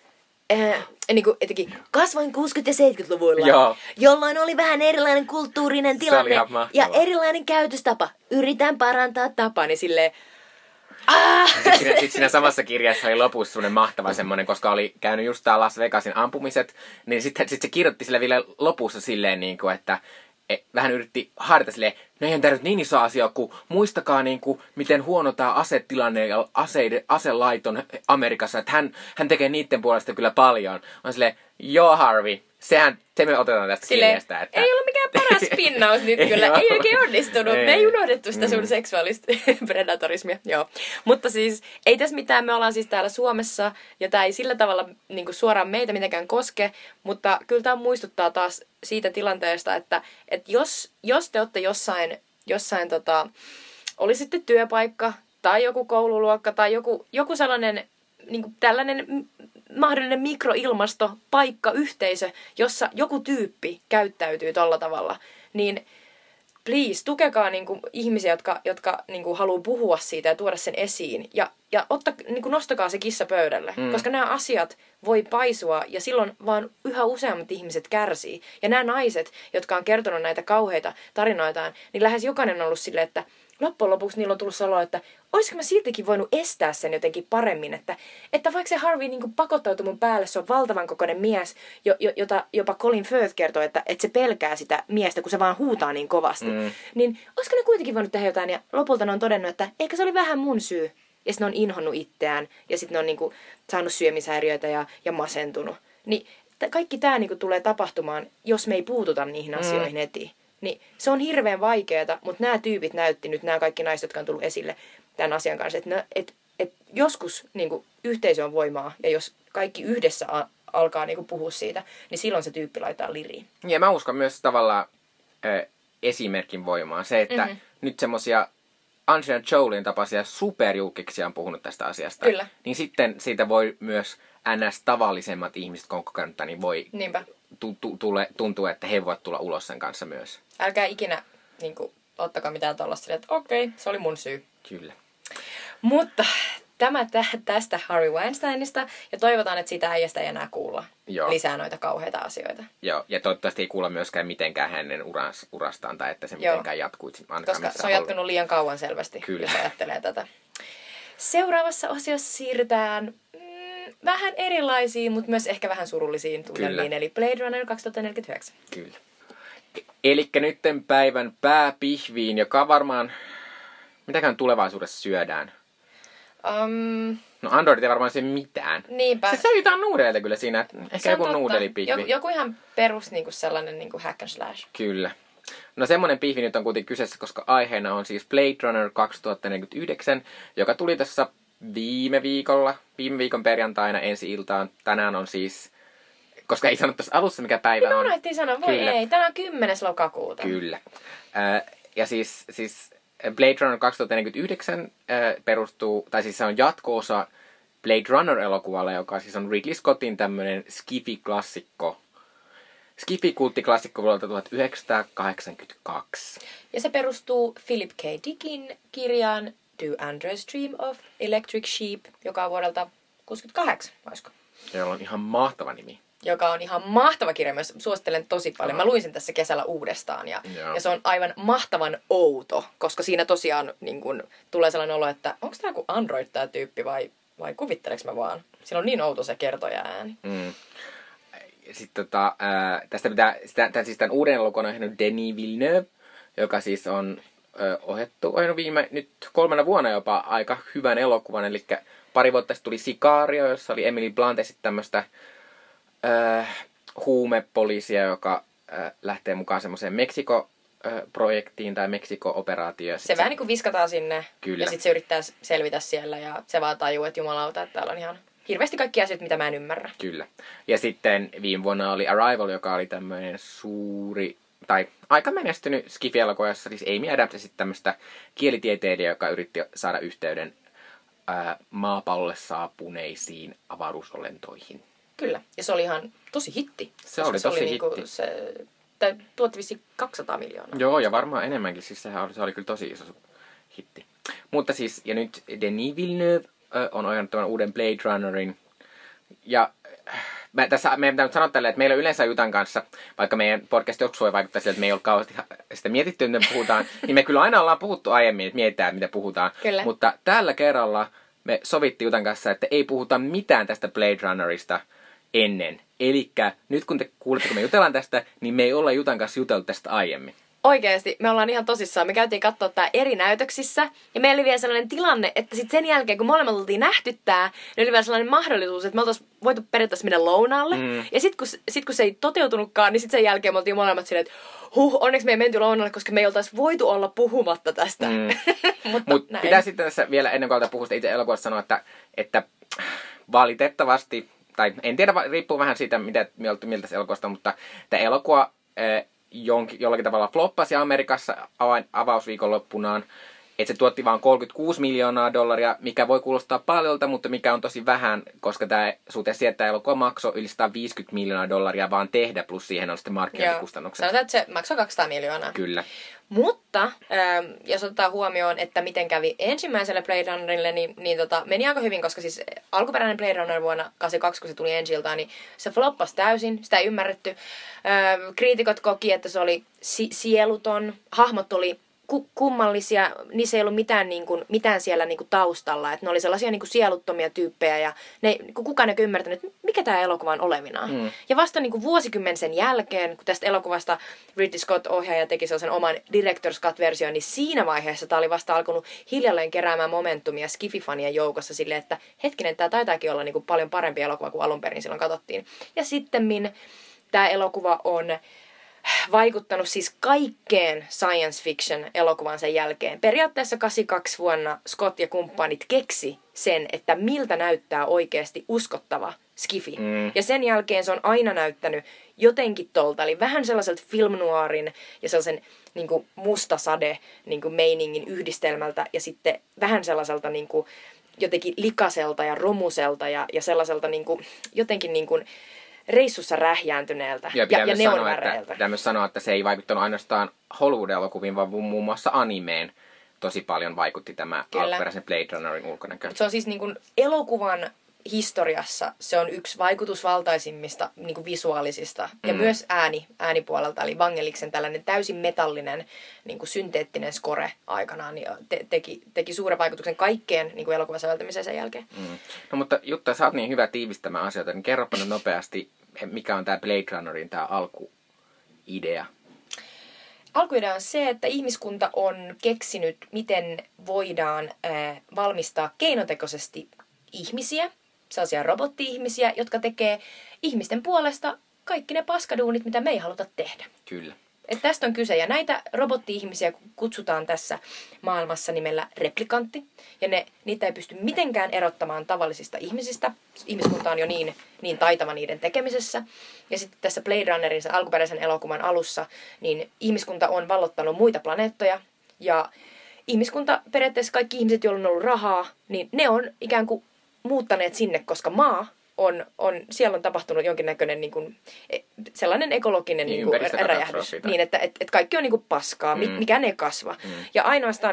Speaker 1: niin kuin etenkin kasvoin 60- ja 70-luvuilla, jolloin oli vähän erilainen kulttuurinen tilanne ja erilainen käytöstapa. Yritän parantaa tapani silleen.
Speaker 2: Sitten siinä samassa kirjassa oli lopussa semmoinen mahtava semmoinen, koska oli käynyt just tää Las Vegasin ampumiset, niin sitten se kirjoitti sille vielä lopussa silleen, niin kuin, että vähän yritti harjoittaa silleen, no eihän tämä nyt niin iso asia, kun muistakaa niin kuin, miten huono tämä asetilanne ja aselaiton Amerikassa, että hän tekee niiden puolesta kyllä paljon. On silleen, joo Harvey, se me otetaan tästä kirjasta. Että
Speaker 1: ei ollut mikään paras pinnaus nyt kyllä, ei oikein onnistunut. Me ei unohdettu sitä sun seksuaalista predatorismia. Joo. Mutta siis ei tässä mitään, me ollaan siis täällä Suomessa ja tämä ei sillä tavalla niin kuin suoraan meitä mitenkään koske, mutta kyllä tämä muistuttaa taas siitä tilanteesta, että jos te olette jossain oli sitten työpaikka tai joku koululuokka tai joku sellainen niin kuin tällainen mahdollinen mikroilmasto, paikka, yhteisö, jossa joku tyyppi käyttäytyy tolla tavalla, niin please, tukekaa niin kuin ihmisiä, jotka niin kuin haluaa puhua siitä ja tuoda sen esiin. Ja nostakaa se kissa pöydälle, koska nämä asiat voi paisua ja silloin vaan yhä useammat ihmiset kärsii. Ja nämä naiset, jotka on kertonut näitä kauheita tarinoitaan, niin lähes jokainen on ollut silleen, että loppujen lopuksi niillä on tullut olo, että olisiko mä siltikin voinut estää sen jotenkin paremmin, että vaikka se Harvey niin pakottautui mun päälle, se on valtavan kokoinen mies, jota jopa Colin Firth kertoo, että se pelkää sitä miestä, kun se vaan huutaa niin kovasti. Niin olisiko ne kuitenkin voinut tehdä jotain, ja lopulta ne on todennut, että eikä se oli vähän mun syy. Ja sitten ne on inhonnut itseään, ja sitten ne on niinku saanut syömishäiriöitä ja masentunut. Niin kaikki tämä niinku tulee tapahtumaan, jos me ei puututa niihin asioihin heti. Niin se on hirveän vaikeaa, mutta nämä tyypit näytti nyt, nämä kaikki naiset, jotka on tullut esille tämän asian kanssa, että joskus niinku, yhteisö on voimaa, ja jos kaikki yhdessä alkaa niinku, puhua siitä, niin silloin se tyyppi laittaa liriin.
Speaker 2: Ja mä uskon myös tavallaan esimerkin voimaan. Se, että nyt semmosia Angelina Jolien tapaisia superjulkiksia on puhunut tästä asiasta.
Speaker 1: Kyllä.
Speaker 2: Niin sitten siitä voi myös NS-tavallisemmat ihmiset, kun on kokenut, niin voi tuntua, että he voivat tulla ulos sen kanssa myös.
Speaker 1: Älkää ikinä niinku, ottakaa mitään tollaista silleen, että okei, se oli mun syy.
Speaker 2: Kyllä.
Speaker 1: Mutta tämä tästä Harvey Weinsteinista, ja toivotaan, että siitä äijästä ei enää kuulla lisää noita kauheita asioita.
Speaker 2: Joo, ja toivottavasti ei kuulla myöskään mitenkään hänen urastaan, tai että se mitenkään jatkuisi.
Speaker 1: Koska se on jatkunut liian kauan selvästi, jos ajattelee tätä. Seuraavassa osiossa siirrytään vähän erilaisiin, mutta myös ehkä vähän surullisiin tunnelmiin, eli Blade Runner 2049.
Speaker 2: Kyllä. Elikkä nytten päivän pääpihviin, joka varmaan, mitäkään tulevaisuudessa syödään? No Android ei varmaan syö mitään.
Speaker 1: Niinpä.
Speaker 2: Se säilyy jotain nuudeleita kyllä siinä, ehkä joku nuudelipihvi.
Speaker 1: Joku ihan perus niinku sellainen niinku hack and slash.
Speaker 2: Kyllä. No semmonen pihvi nyt on kuitenkin kyseessä, koska aiheena on siis Blade Runner 2049, joka tuli tässä viime viikon perjantaina ensi-iltaan. Tänään on siis, koska ei sanottu tässä alussa mikä päivä on.
Speaker 1: Unohdettiin sanoa, voi kyllä. Ei, tänään on 10. lokakuuta.
Speaker 2: Kyllä. Ja siis Blade Runner 2049 perustuu, tai siis se on jatko-osa Blade Runner-elokuvalle, joka siis on Ridley Scottin tämmönen skifi-klassikko. Skifi-kulttiklassikko vuodelta 1982.
Speaker 1: Ja se perustuu Philip K. Dickin kirjaan Do Androids Dream of Electric Sheep, joka on vuodelta 1968, olisiko?
Speaker 2: Jolla on ihan mahtava nimi.
Speaker 1: Joka on ihan mahtava kirja, myös suosittelen tosi paljon. Mä luin sen tässä kesällä uudestaan ja se on aivan mahtavan outo, koska siinä tosiaan niin kun, tulee sellainen olo, että onko tämä joku Android tämä tyyppi vai kuvitteleks mä vaan? Siinä on niin outo se kertoja ääni.
Speaker 2: Sitten tästä pitää, siis tämän uuden elokuvan on ohjannut Denis Villeneuve, joka siis on ohjannut viime nyt 3 vuonna jopa aika hyvän elokuvan. Eli pari vuotta sitten tuli Sicario, jossa oli Emily Blunt esitti tämmöistä huumepoliisia, joka lähtee mukaan semmoiseen Meksiko-projektiin tai Meksiko-operaatioon.
Speaker 1: Se vähän niin kuin viskataan sinne. Kyllä. Ja sitten se yrittää selvitä siellä ja se vaan tajuu, että jumalauta, että täällä on ihan hirveästi kaikki asiat, mitä mä en ymmärrä.
Speaker 2: Kyllä. Ja sitten viime vuonna oli Arrival, joka oli tämmöinen suuri, tai aika menestynyt skifi-elokuva, jossa siis Amy Adams esitti tämmöistä kielitieteilijää, joka yritti saada yhteyden maapallolle saapuneisiin avaruusolentoihin.
Speaker 1: Kyllä. Ja se oli ihan tosi hitti.
Speaker 2: Se oli tosi hitti.
Speaker 1: Niinku se tuotti vissiin 200 miljoonaa.
Speaker 2: Joo, ja varmaan enemmänkin. Siis se oli kyllä tosi iso hitti. Mutta siis, ja nyt Denis Villeneuve on ohjannut tämän uuden Blade Runnerin. Ja meidän pitää nyt sanoa tälle, että meillä yleensä Jutan kanssa, vaikka meidän podcast joskus voi vaikuttaa sille, että me ei ole kauheasti sitä mietitty, mitä puhutaan, niin me kyllä aina ollaan puhuttu aiemmin, että mietitään, mitä puhutaan.
Speaker 1: Kyllä.
Speaker 2: Mutta tällä kerralla me sovittiin Jutan kanssa, että ei puhuta mitään tästä Blade Runnerista ennen. Elikkä nyt kun te kuulette, kun me jutellaan tästä, niin me ei olla Jutan kanssa juteltu tästä aiemmin.
Speaker 1: Oikeesti, me ollaan ihan tosissaan. Me käytiin katsoa tää eri näytöksissä. Ja meillä oli vielä sellainen tilanne, että sit sen jälkeen, kun molemmat oltiin nähty tää, niin oli vielä sellainen mahdollisuus, että me oltais voitu periaatteessa mennä lounaalle. Ja sit kun se ei toteutunutkaan, niin sit sen jälkeen me oltiin molemmat silleen, että onneksi me ei menty lounaalle, koska me ei oltais voitu olla puhumatta tästä.
Speaker 2: Mutta pitää sitten tässä vielä ennen kuin aletaan puhua itse elokuvasta sanoa, että valitettavasti, tai en tiedä, riippuu vähän siitä, miltä se elokuvasta on, mutta tämä elokuva jollakin tavalla floppasi Amerikassa avausviikonloppunaan. että se tuotti vaan $36 miljoonaa, mikä voi kuulostaa paljolta, mutta mikä on tosi vähän, koska tämä suhteessa siihen, että tämä elokuva maksoi yli $150 miljoonaa vaan tehdä, plus siihen on sitten markkinointikustannukset.
Speaker 1: Sanotaan, että se maksoi 200 miljoonaa.
Speaker 2: Kyllä.
Speaker 1: Mutta, jos otetaan huomioon, että miten kävi ensimmäiselle Blade Runnerille, niin meni aika hyvin, koska siis alkuperäinen Blade Runner vuonna 1982, kun se tuli ensi-iltaan, niin se floppasi täysin, sitä ei ymmärretty. Kriitikot koki, että se oli sieluton, hahmot oli kummallisia, niissä ei ollut mitään siellä taustalla. Että ne oli sellaisia sieluttomia tyyppejä ja kukaan ei ymmärtänyt, että mikä tämä elokuva on olevinaan. Ja vasta vuosikymmen sen jälkeen, kun tästä elokuvasta Ridley Scott ohjaaja teki sellaisen oman Director's Cut-version, niin siinä vaiheessa tämä oli vasta alkanut hiljalleen keräämään momentumia Skifi-fanien joukossa silleen, että hetkinen, tämä taitaakin olla paljon parempi elokuva kuin alun perin silloin katsottiin. Ja sittemmin tämä elokuva on vaikuttanut siis kaikkeen science fiction elokuvan sen jälkeen. Periaatteessa 82 vuonna Scott ja kumppanit keksi sen, että miltä näyttää oikeasti uskottava skifi. Ja sen jälkeen se on aina näyttänyt jotenkin tolta, eli vähän sellaiselta film noirin ja sellaisen mustasade meiningin yhdistelmältä ja sitten vähän sellaiselta jotenkin likaselta ja romuselta ja sellaiselta jotenkin reissussa rähjääntyneeltä ja neonväreiltä.
Speaker 2: Pitää myös sanoa, että se ei vaikuttanut ainoastaan Hollywood-elokuviin, vaan muun muassa animeen tosi paljon vaikutti tämä alkuperäisen Blade Runnerin ulkonäkö.
Speaker 1: Se on siis elokuvan historiassa se on yksi vaikutusvaltaisimmista visuaalisista ja myös äänipuolelta, eli Vangeliksen tällainen täysin metallinen synteettinen score aikanaan niin teki suuren vaikutuksen kaikkeen elokuvan säveltämiseen sen jälkeen.
Speaker 2: No mutta Jutta, sä oot niin hyvä tiivistämään asioita, niin kerropa nyt nopeasti, mikä on tämä Blade Runnerin tämä alkuidea?
Speaker 1: Alkuidea on se, että ihmiskunta on keksinyt, miten voidaan valmistaa keinotekoisesti ihmisiä, sellaisia robotti-ihmisiä, jotka tekee ihmisten puolesta kaikki ne paskaduunit, mitä me ei haluta tehdä.
Speaker 2: Kyllä.
Speaker 1: Et tästä on kyse. Ja näitä robotti-ihmisiä kutsutaan tässä maailmassa nimellä replikantti. Ja niitä ei pysty mitenkään erottamaan tavallisista ihmisistä. Ihmiskunta on jo niin taitava niiden tekemisessä. Ja sitten tässä Blade Runnerin, sen alkuperäisen elokuvan alussa, niin ihmiskunta on vallottanut muita planeettoja. Ja ihmiskunta, periaatteessa kaikki ihmiset, joilla on ollut rahaa, niin ne on ikään kuin muuttaneet sinne, koska maa siellä on tapahtunut jonkinnäköinen sellainen ekologinen räjähdys. Niin, että kaikki on paskaa, mikään ei kasva. Ja ainoastaan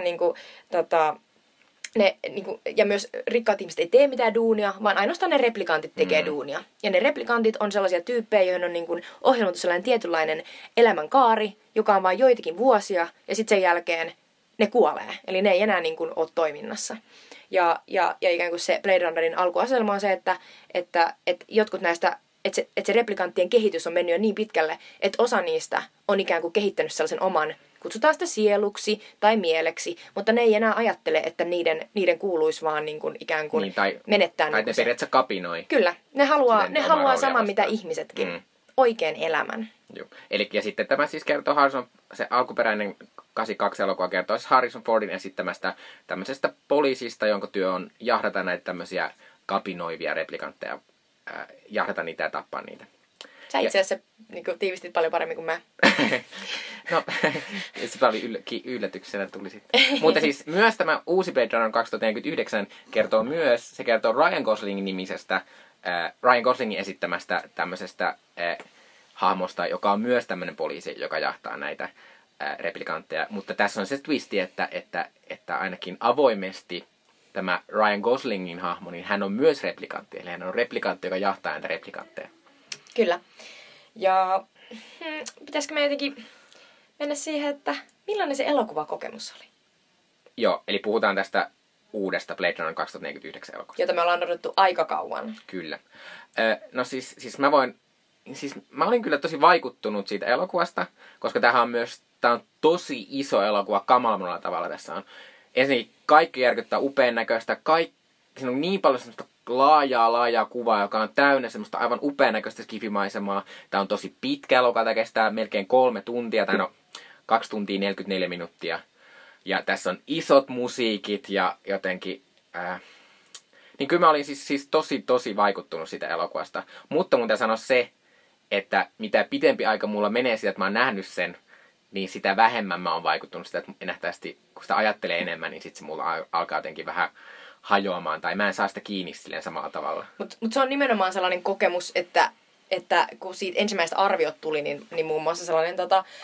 Speaker 1: ja myös rikkaat ihmiset ei tee mitään duunia, vaan ainoastaan ne replikantit tekee duunia. Ja ne replikantit on sellaisia tyyppejä, joihin on ohjelmoitu sellainen tietynlainen elämänkaari, joka on vain joitakin vuosia, ja sitten sen jälkeen ne kuolee. Eli ne ei enää ole toiminnassa. Ja ikään kuin se Blade Runnerin alkuasetelma on se, että jotkut näistä, että se replikanttien kehitys on mennyt jo niin pitkälle, että osa niistä on ikään kuin kehittänyt sellaisen oman, kutsutaan sitä sieluksi tai mieleksi, mutta ne ei enää ajattele, että niiden kuuluisi vaan ikään kuin menettää.
Speaker 2: Tai ne periaatteessa kapinoi.
Speaker 1: Kyllä, ne haluaa saman mitä ihmisetkin, oikein elämän.
Speaker 2: Joo. Ja sitten tämä siis kertoo se alkuperäinen 82 elokuva kertoo Harrison Fordin esittämästä tämmöisestä poliisista, jonka työ on jahdata näitä tämmöisiä kapinoivia replikantteja, jahdata niitä ja tappaa niitä.
Speaker 1: Sä itse asiassa tiivistit paljon paremmin kuin mä.
Speaker 2: No, se oli yllätyksenä tuli sitten. Mutta siis myös tämä uusi Blade Runner 2049 kertoo Ryan Goslingin nimisestä, Ryan Goslingin esittämästä tämmöisestä hahmosta, joka on myös tämmöinen poliisi, joka jahtaa näitä replikantteja. Mutta tässä on se twisti, että ainakin avoimesti tämä Ryan Goslingin hahmo, niin hän on myös replikantti. Eli hän on replikantti, joka jahtaa näitä replikantteja.
Speaker 1: Kyllä. Ja pitäisikö me jotenkin mennä siihen, että millainen se elokuvakokemus oli?
Speaker 2: Joo, eli puhutaan tästä uudesta Blade Runner 2049 elokuvasta.
Speaker 1: Jota me ollaan odotettu aika kauan.
Speaker 2: Kyllä. No siis mä olin kyllä tosi vaikuttunut siitä elokuvasta, koska tää on tosi iso elokuva kamalalla tavalla tässä on. Ensinnäkin kaikki järkyttää upean näköistä, siinä on niin paljon semmoista laajaa kuvaa, joka on täynnä semmoista aivan upean näköistä skifimaisemaa. Tää on tosi pitkä elokuva, tää kestää melkein 3 tuntia, 2 tuntia 44 minuuttia. Ja tässä on musiikit ja jotenkin... niin kyllä mä olin siis tosi vaikuttunut siitä elokuvasta. Mutta mun täytyy sanoa se, että mitä pitempi aika mulla menee siitä, että mä oon nähnyt sen, niin sitä vähemmän mä oon vaikuttunut sitä, että nähtävästi kun sitä ajattelee enemmän, niin sitten se mulla alkaa jotenkin vähän hajoamaan, tai mä en saa sitä kiinni silleen samalla tavalla.
Speaker 1: Mut se on nimenomaan sellainen kokemus, että kun siitä ensimmäiset arviot tuli, niin muun muassa sellainen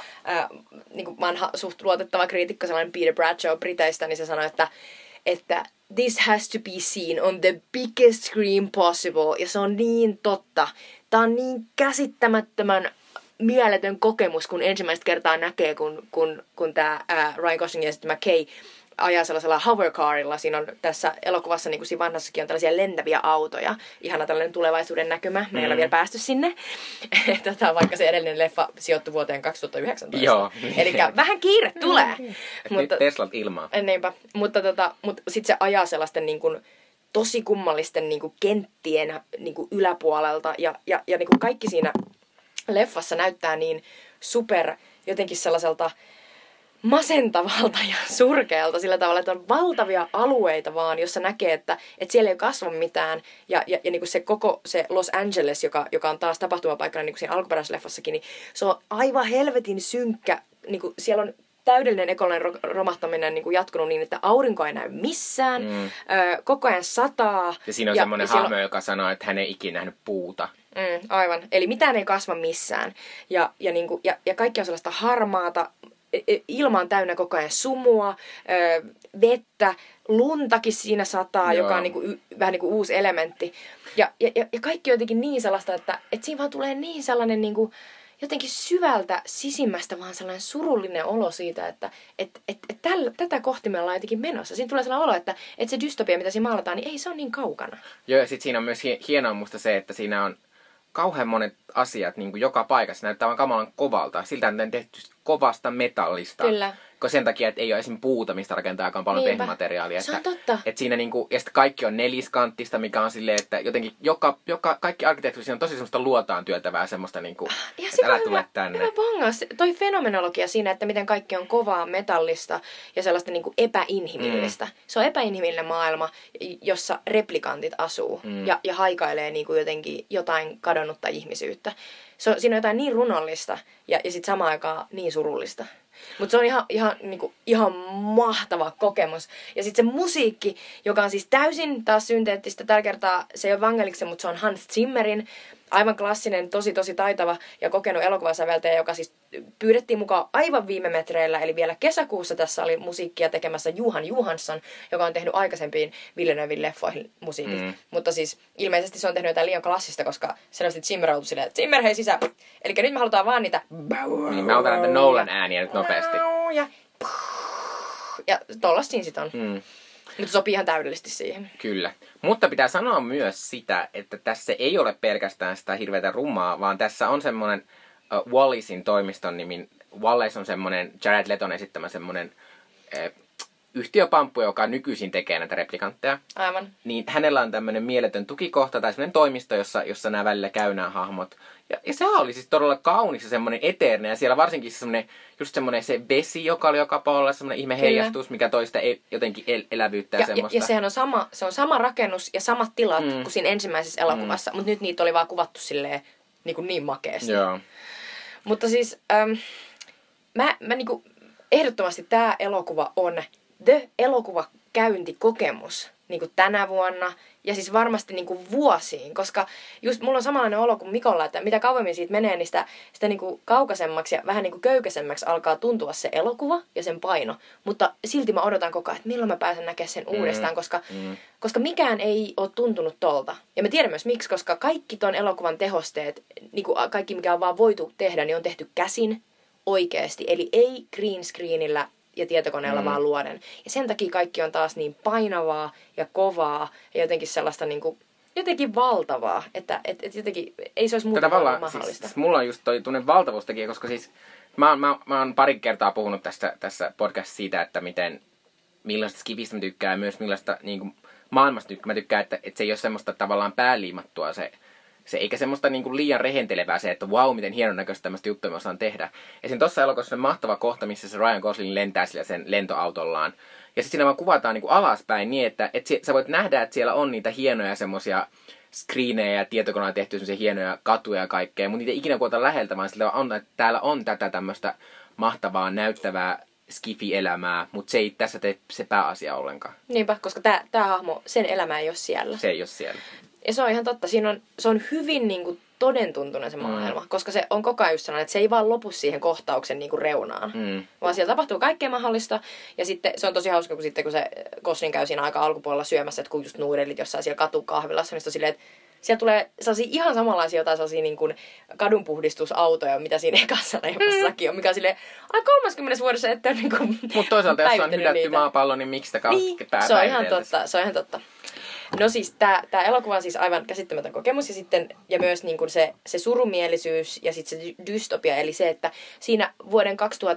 Speaker 1: niin kuin vanha suht luotettava kriitikko, sellainen Peter Bradshaw Briteistä, niin se sanoi, että this has to be seen on the biggest screen possible. Ja se on niin totta. Tää on niin käsittämättömän mieletön kokemus, kun ensimmäistä kertaa näkee, kun tämä Ryan Gosling ja sitten McKay ajaa sellaisella hovercarilla. Siinä on tässä elokuvassa, niin kuin siinä vanhassakin, on tällaisia lentäviä autoja. Ihana tällainen tulevaisuuden näkymä. Me ei ole vielä päästy sinne. Vaikka se edellinen leffa sijoittui vuoteen 2019.
Speaker 2: Joo.
Speaker 1: Eli vähän kiire tulee.
Speaker 2: Mutta, nyt Teslat ilmaa.
Speaker 1: Niinpä. Mutta sitten se ajaa sellaisten niin kuin, tosi kummallisten niin kuin, kenttien niin kuin, yläpuolelta. Ja niin kuin kaikki siinä leffassa näyttää niin super jotenkin sellaiselta masentavalta ja surkealta sillä tavalla, että on valtavia alueita vaan, jossa näkee, että siellä ei kasva mitään. Ja niin kuin se koko se Los Angeles, joka on taas tapahtumapaikkana niin kuin siinä alkuperäisessä leffassakin, niin se on aivan helvetin synkkä. Niin kuin siellä on täydellinen ekologinen romahtaminen niin kuin jatkunut niin, että aurinko ei näy missään. Koko ajan sataa.
Speaker 2: Ja siinä on semmoinen hahmo, joka sanoo, että hän ei ikinä nähnyt puuta.
Speaker 1: Aivan. Eli mitään ei kasva missään. Ja kaikki on sellaista harmaata. Ilma on täynnä koko ajan sumua, vettä, luntakin siinä sataa, joka on niinku, vähän niin kuin uusi elementti. Ja kaikki on jotenkin niin sellaista, että siinä vaan tulee niin sellainen niinku, jotenkin syvältä sisimmästä vaan sellainen surullinen olo siitä, että tätä kohti me ollaan jotenkin menossa. Siinä tulee sellainen olo, että se dystopia, mitä siinä maalataan, niin ei se ole niin kaukana.
Speaker 2: Joo, ja sitten siinä on myös hienoa musta se, että siinä on kauhean monet asiat niin kuin joka paikassa. Näyttää vaan kamalan kovalta. Siltä on tehty kovasta metallista.
Speaker 1: Kyllä.
Speaker 2: Sen takia, että ei ole esim. Puuta, mistä rakentaa aika paljon pehmämateriaalia.
Speaker 1: Se on totta.
Speaker 2: Että siinä niinku, ja sitten kaikki on neliskanttista, mikä on silleen, että jotenkin kaikki arkkitehtuuri siinä on tosi semmoista luotaan työtävää semmoista niinku, että älä tule tänne.
Speaker 1: Hyvä bongas. Toi fenomenologia siinä, että miten kaikki on kovaa metallista ja sellaista niinku epäinhimillistä. Se on epäinhimillinen maailma, jossa replikantit asuu ja haikailee niinku jotenkin jotain kadonnutta ihmisyyttä. Siinä on jotain niin runollista ja sitten samaan aikaan niin surullista. Mutta se on ihan mahtava kokemus. Ja sitten se musiikki, joka on siis täysin taas synteettistä. Tällä kertaa se ei ole Vangeliksen, mutta se on Hans Zimmerin. Aivan klassinen, tosi taitava ja kokenut elokuvasäveltäjä, joka siis pyydettiin mukaan aivan viime metreillä. Eli vielä kesäkuussa tässä oli musiikkia tekemässä Johan Johansson, joka on tehnyt aikaisempiin Villeneuven leffoihin musiikit. Mutta siis ilmeisesti se on tehnyt jotain liian klassista, koska selvästi Zimmer on silleen, että Zimmer hei sisään. Eli nyt me halutaan vaan niitä.
Speaker 2: Niin, mä otan näitä Nolan ääniä nyt nopeasti.
Speaker 1: Ja tollasta siinä sit on. Mutta sopii ihan täydellisesti siihen.
Speaker 2: Kyllä. Mutta pitää sanoa myös sitä, että tässä ei ole pelkästään sitä hirveätä rummaa, vaan tässä on semmoinen Wallisin toimiston nimi. Wallace on semmoinen Jared Leton esittämä semmoinen yhtiöpamppu, joka nykyisin tekee näitä replikantteja.
Speaker 1: Aivan. Niin
Speaker 2: hänellä on tämmöinen mieletön tukikohta tai semmoinen toimisto, jossa nämä välillä käy nämä hahmot. Ja se oli siis todella kaunis ja semmoinen eteerne. Ja siellä varsinkin just semmoinen se vesi, joka oli joka puolella, semmoinen ihme heijastus, mikä toista jotenkin elävyyttä ja semmoista.
Speaker 1: Ja sehän on sama rakennus ja samat tilat kuin siinä ensimmäisessä elokuvassa. Mutta nyt niitä oli vaan kuvattu silleen niin makeasti.
Speaker 2: Joo.
Speaker 1: Mutta siis mä niinku, ehdottomasti tämä elokuva on elokuvakäyntikokemus niin kuin tänä vuonna ja siis varmasti niin kuin vuosiin, koska just mulla on samanlainen olo kuin Mikolla, että mitä kauemmin siitä menee, niin sitä niin kuin kaukaisemmaksi ja vähän niin kuin köykäisemmäksi alkaa tuntua se elokuva ja sen paino, mutta silti mä odotan koko ajan, että milloin mä pääsen näkemään sen uudestaan, koska mikään ei ole tuntunut tolta. Ja mä tiedän myös miksi, koska kaikki ton elokuvan tehosteet, niin kuin kaikki mikä on vaan voitu tehdä, niin on tehty käsin oikeasti, eli ei green screenillä ja tietokoneella vaan luoden. Ja sen takia kaikki on taas niin painavaa ja kovaa ja jotenkin sellaista niinku, jotenkin valtavaa, että jotenkin ei se olisi muuta mahdollista.
Speaker 2: Siis mulla on just toi tunne valtavuustekijä, koska siis mä oon pari kertaa puhunut tässä podcastissa siitä, että millaista skifistä mä tykkään ja myös millaista niinku, maailmasta mä tykkään, että se ei ole semmoista tavallaan pääliimattua se eikä semmoista niinku liian rehentelevää se, että vau, miten hienon näköistä tämmöistä juttua me osaan tehdä. Ja siinä tossa elokuvassa on mahtava kohta, missä se Ryan Gosling lentää sillä sen lentoautollaan. Ja sitten siinä vaan kuvataan niinku alaspäin niin, että sä voit nähdä, että siellä on niitä hienoja semmosia screenejä ja tietokoneella tehty semmosia hienoja katuja ja kaikkea, mutta niitä ei ikinä kuvata läheltä, vaan sillä on, että täällä on tätä tämmöistä mahtavaa, näyttävää skifi-elämää, mutta se ei tässä tee se pääasia ollenkaan.
Speaker 1: Niinpä, koska tää hahmo, sen elämä ei ole siellä.
Speaker 2: Se ei ole siellä.
Speaker 1: Ja se on ihan totta. Se on hyvin niinku todentuntunen se maailma, koska se on koko ajan just sellainen, että se ei vaan lopu siihen kohtauksen niinku reunaan, vaan siellä tapahtuu kaikkea mahdollista. Ja sitten se on tosi hauska, kun se Gosling käy siinä aika alkupuolella syömässä, että kun just nuudelit jossain siellä katukahvilassa, niin se on silleen, että siellä tulee sellaisia ihan samanlaisia jotain sellaisia niin kuin kadunpuhdistusautoja, mitä siinä ekassa leivossakin on, mikä on silleen, 30 vuodessa, että on niin kuin
Speaker 2: mutta toisaalta, jos on hylätty maapallo, niin miksi sitä
Speaker 1: se on ihan totta. No siis tää elokuva on siis aivan käsittämätön kokemus ja myös niin kuin se surumielisyys ja sitten se dystopia, eli se, että siinä vuoden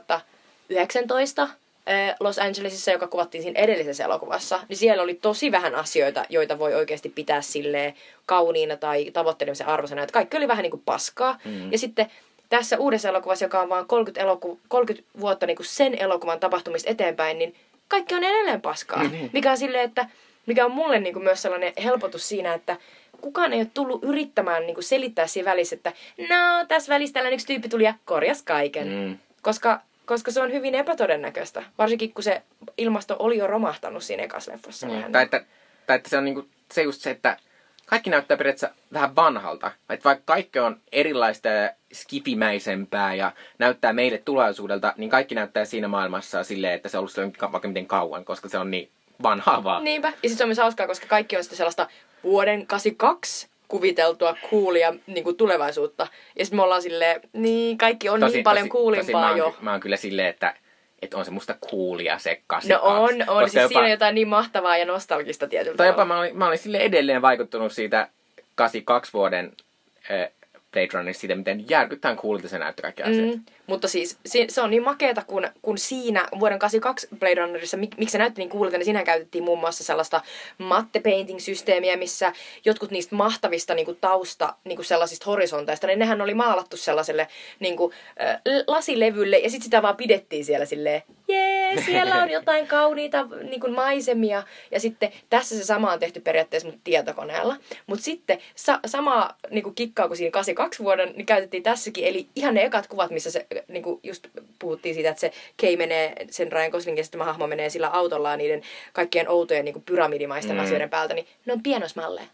Speaker 1: 2019 Los Angelesissa, joka kuvattiin siinä edellisessä elokuvassa, niin siellä oli tosi vähän asioita, joita voi oikeasti pitää silleen kauniina tai tavoittelemisen arvoisena, että kaikki oli vähän niin kuin paskaa. Ja sitten tässä uudessa elokuvassa, joka on vaan 30 vuotta niin kuin sen elokuvan tapahtumista eteenpäin, niin kaikki on edelleen paskaa. Mikä on silleen, että mikä on mulle niin kuin myös sellainen helpotus siinä, että kukaan ei ole tullut yrittämään niin kuin selittää siinä välissä, että no, tässä välissä tällainen yksi tyyppi tuli ja korjasi kaiken. Koska se on hyvin epätodennäköistä. Varsinkin kun se ilmasto oli jo romahtanut siinä ekassa leffassa.
Speaker 2: Tai että se on niinku, se just se, että kaikki näyttää periaatteessa vähän vanhalta. Että vaikka kaikki on erilaista ja skifimäisempää ja näyttää meille tulevaisuudelta, niin kaikki näyttää siinä maailmassa silleen, että se on ollut silloin vaikka miten kauan, koska se on niin vanhaa vaan.
Speaker 1: Niinpä. Ja sitten se on myös hauskaa, koska kaikki on sitten sellaista vuoden 82 kuviteltua coolia niin kuin tulevaisuutta. Ja sitten me ollaan silleen, niin kaikki on niin paljon coolimpaa jo.
Speaker 2: Mä oon kyllä silleen, että on se musta coolia se 82.
Speaker 1: No on. Siis jopa, siinä on jotain niin mahtavaa ja nostalgista tietyllä
Speaker 2: tavalla. Tai jopa mä olin silleen edelleen vaikuttunut siitä 82 vuoden Blade Runnerista siitä, miten järkyttävän coolilta se näytti kaikki asiat.
Speaker 1: Mutta siis se on niin makeeta, kun siinä vuoden 82 Blade Runnerissa, miksi se näytti niin coolilta, niin siinähän käytettiin muun muassa sellaista matte painting-systeemiä, missä jotkut niistä mahtavista niin kuin tausta niin kuin sellaisista horisonteista, niin nehän oli maalattu sellaiselle niin kuin, lasilevylle, ja sitten sitä vaan pidettiin siellä silleen, siellä on jotain kauniita niin kuin maisemia, ja sitten tässä se sama on tehty periaatteessa mutta tietokoneella. Mutta sitten sama niin kuin kikkaa kuin siinä 82 vuoden, niin käytettiin tässäkin, eli ihan ne ekat kuvat, missä se niin kuin just puhuttiin siitä, että se Kay menee, sen Ryan Goslingin ja sitten tämä hahmo menee sillä autollaan niiden kaikkien outojen niin kuin pyramidimaisten asioiden päältä, niin ne on pienoismalleja.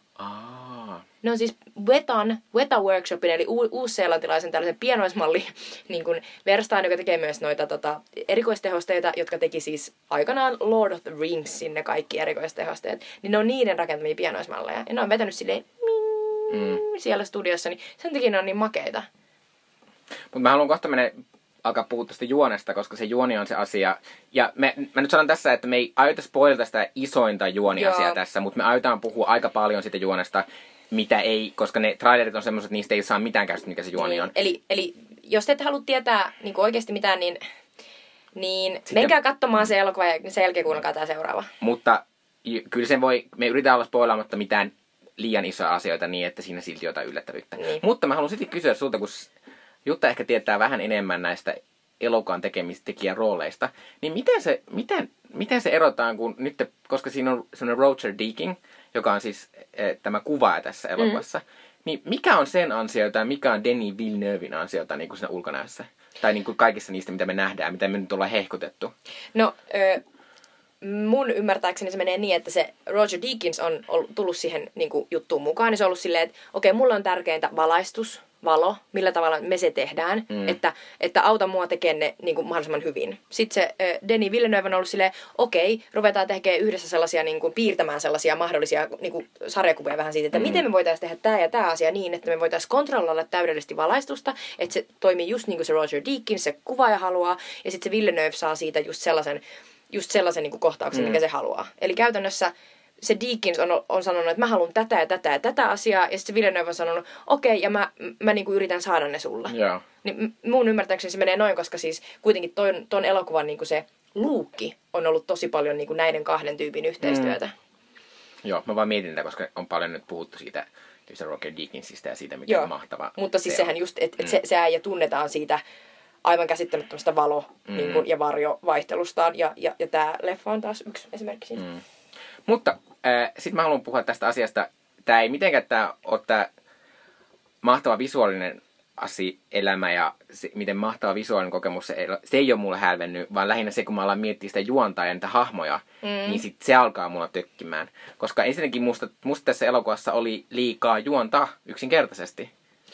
Speaker 1: Ne on siis Weta Workshopin, eli uusseelantilaisen tällaisen pienoismalli niin kuin verstaan, joka tekee myös noita erikoistehosteita, jotka teki siis aikanaan Lord of the Ringsin ne kaikki erikoistehosteet. Niin ne on niiden rakentamia pienoismalleja. Ja ne on vetänyt silleen siellä studiossa, niin sen takia ne on niin makeita.
Speaker 2: Mutta mä haluan kohta alkaa puhua tästä juonesta, koska se juoni on se asia. Ja mä nyt sanon tässä, että me ei aiota spoilata sitä isointa juoniasiaa tässä, mutta me aiotaan puhua aika paljon siitä juonesta, mitä ei, koska ne trailerit on semmoiset, että niistä ei saa mitään käsitystä, mikä se juoni on.
Speaker 1: Eli jos et halua tietää niin oikeasti mitään, niin menkää katsomaan se elokuva ja sen jälkeen kuunnelkaa tämä seuraava.
Speaker 2: Mutta kyllä me yritetään olla spoilaamatta mitään liian isoja asioita niin, että siinä silti jotain yllättävyyttä. Mutta mä haluan sitten kysyä sulta, kun Jutta ehkä tietää vähän enemmän näistä elokuvan tekijän rooleista, niin miten se erotaan, kun nyt, koska siinä on semmoinen Roger Deakins, joka on siis tämä kuvaaja tässä elokuvassa, niin mikä on sen ansiota ja mikä on Denis Villeneuven ansiota niin kuin siinä ulkonäössä? Tai niin kuin kaikissa niistä, mitä me nähdään, mitä me nyt ollaan hehkutettu?
Speaker 1: No, mun ymmärtääkseni se menee niin, että se Roger Deakins on tullut siihen niin kuin juttuun mukaan, niin se on ollut silleen, että okei, mulla on tärkeintä valaistus, valo, millä tavalla me se tehdään, että auta mua tekemään ne niin kuin mahdollisimman hyvin. Sitten se Denis Villeneuve on ollut silleen, okei, ruvetaan tekemään yhdessä sellaisia, niin kuin, piirtämään sellaisia mahdollisia niin kuin sarjakuvia vähän siitä, että miten me voitaisiin tehdä tämä ja tämä asia niin, että me voitaisiin kontrolloida täydellisesti valaistusta, että se toimii just niin kuin se Roger Deakins, se kuvaaja haluaa, ja sitten se Villeneuve saa siitä just sellaisen niin kuin kohtauksen, mikä se haluaa. Eli käytännössä se Deakins on sanonut, että mä haluan tätä ja tätä ja tätä asiaa, ja sitten se Villeneuve on sanonut, okei, ja mä niinku yritän saada ne sulla.
Speaker 2: Yeah.
Speaker 1: Niin mun ymmärtääkseni se menee noin, koska siis kuitenkin ton elokuvan niinku se luukki on ollut tosi paljon niinku näiden kahden tyypin yhteistyötä.
Speaker 2: Joo, mä vaan mietin tätä, koska on paljon nyt puhuttu siitä Roger Deakinsista ja siitä, mikä on mahtava.
Speaker 1: Mutta siis sehän just, että se äijä tunnetaan siitä aivan käsittämättömästä niin kun, ja varjovaihtelustaan, ja tää leffa on taas yksi esimerkki siitä.
Speaker 2: Mutta sitten mä haluan puhua tästä asiasta. Tää ei mitenkään ole tää mahtava visuaalinen elämä ja se, miten mahtava visuaalinen kokemus, se ei ole mulle hälvennyt, vaan lähinnä se, kun mä alan miettiä sitä juontaa ja niitä hahmoja, niin sit se alkaa mulla tökkimään. Koska ensinnäkin musta tässä elokuvassa oli liikaa juontaa yksinkertaisesti.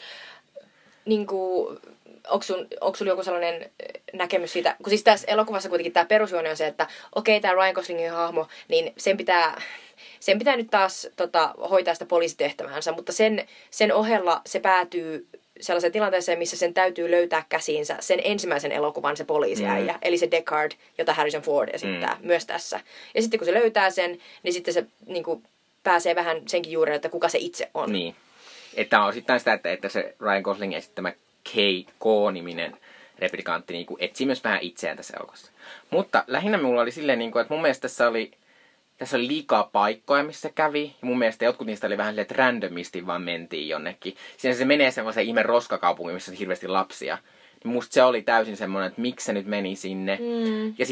Speaker 1: Niinku, onko sulla joku sellainen näkemys siitä, kun siis tässä elokuvassa kuitenkin tämä perusjuoni on se, että okei, tämä Ryan Goslingin hahmo, niin sen pitää nyt taas hoitaa sitä poliisitehtäväänsä, mutta sen ohella se päätyy sellaiseen tilanteeseen, missä sen täytyy löytää käsiinsä sen ensimmäisen elokuvan se poliisiäijä, eli se Deckard, jota Harrison Ford esittää myös tässä. Ja sitten kun se löytää sen, niin sitten se niin kuin, pääsee vähän senkin juureen, että kuka se itse on.
Speaker 2: Niin. Että on osittain sitä, että se Ryan Goslingin esittämä K-niminen replikantti niin kuin etsii myös vähän itseään tässä elokuvassa. Mutta lähinnä mulla oli silleen, niin kuin, että mun mielestä tässä oli liikaa paikkoja, missä kävi. Ja mun mielestä jotkut niistä oli vähän silleen, että randomisti vaan mentiin jonnekin. Siinä se menee semmoiseen ihme roskakaupungin, missä on hirveästi lapsia. Niin musta se oli täysin semmoinen, että miksi se nyt meni sinne. Ja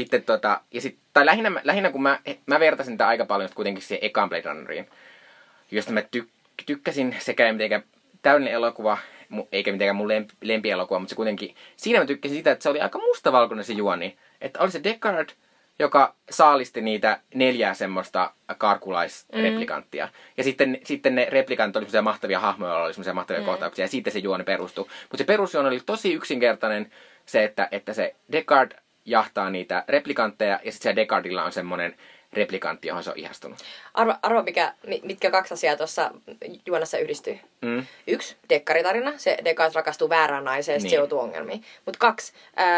Speaker 2: tai lähinnä kun mä vertasin tätä aika paljon kuitenkin siihen ekaan Blade Runneriin, josta mä tykkäsin sekä ei mitenkään täydellinen elokuva, eikä mitenkään mun lempielokuva, mutta se kuitenkin, siinä mä tykkäsin sitä, että se oli aika mustavalkoinen se juoni. Että oli se Deckard, joka saalisti niitä 4 semmoista karkulaisreplikanttia. Ja sitten ne replikantit oli semmoisia mahtavia hahmoja, oli semmoisia mahtavia kohtauksia, ja siitä se juoni perustui. Mutta se perusjuoni oli tosi yksinkertainen, se, että se Deckard jahtaa niitä replikantteja, ja sitten se Deckardilla on semmoinen replikantti, johon se on ihastunut.
Speaker 1: Arvo mitkä 2 asiaa tuossa juonassa yhdistyy. 1, Deckaritarina. Se Deckard rakastuu väärään naiseen ja niin. Se joutuu ongelmiin. Mutta 2,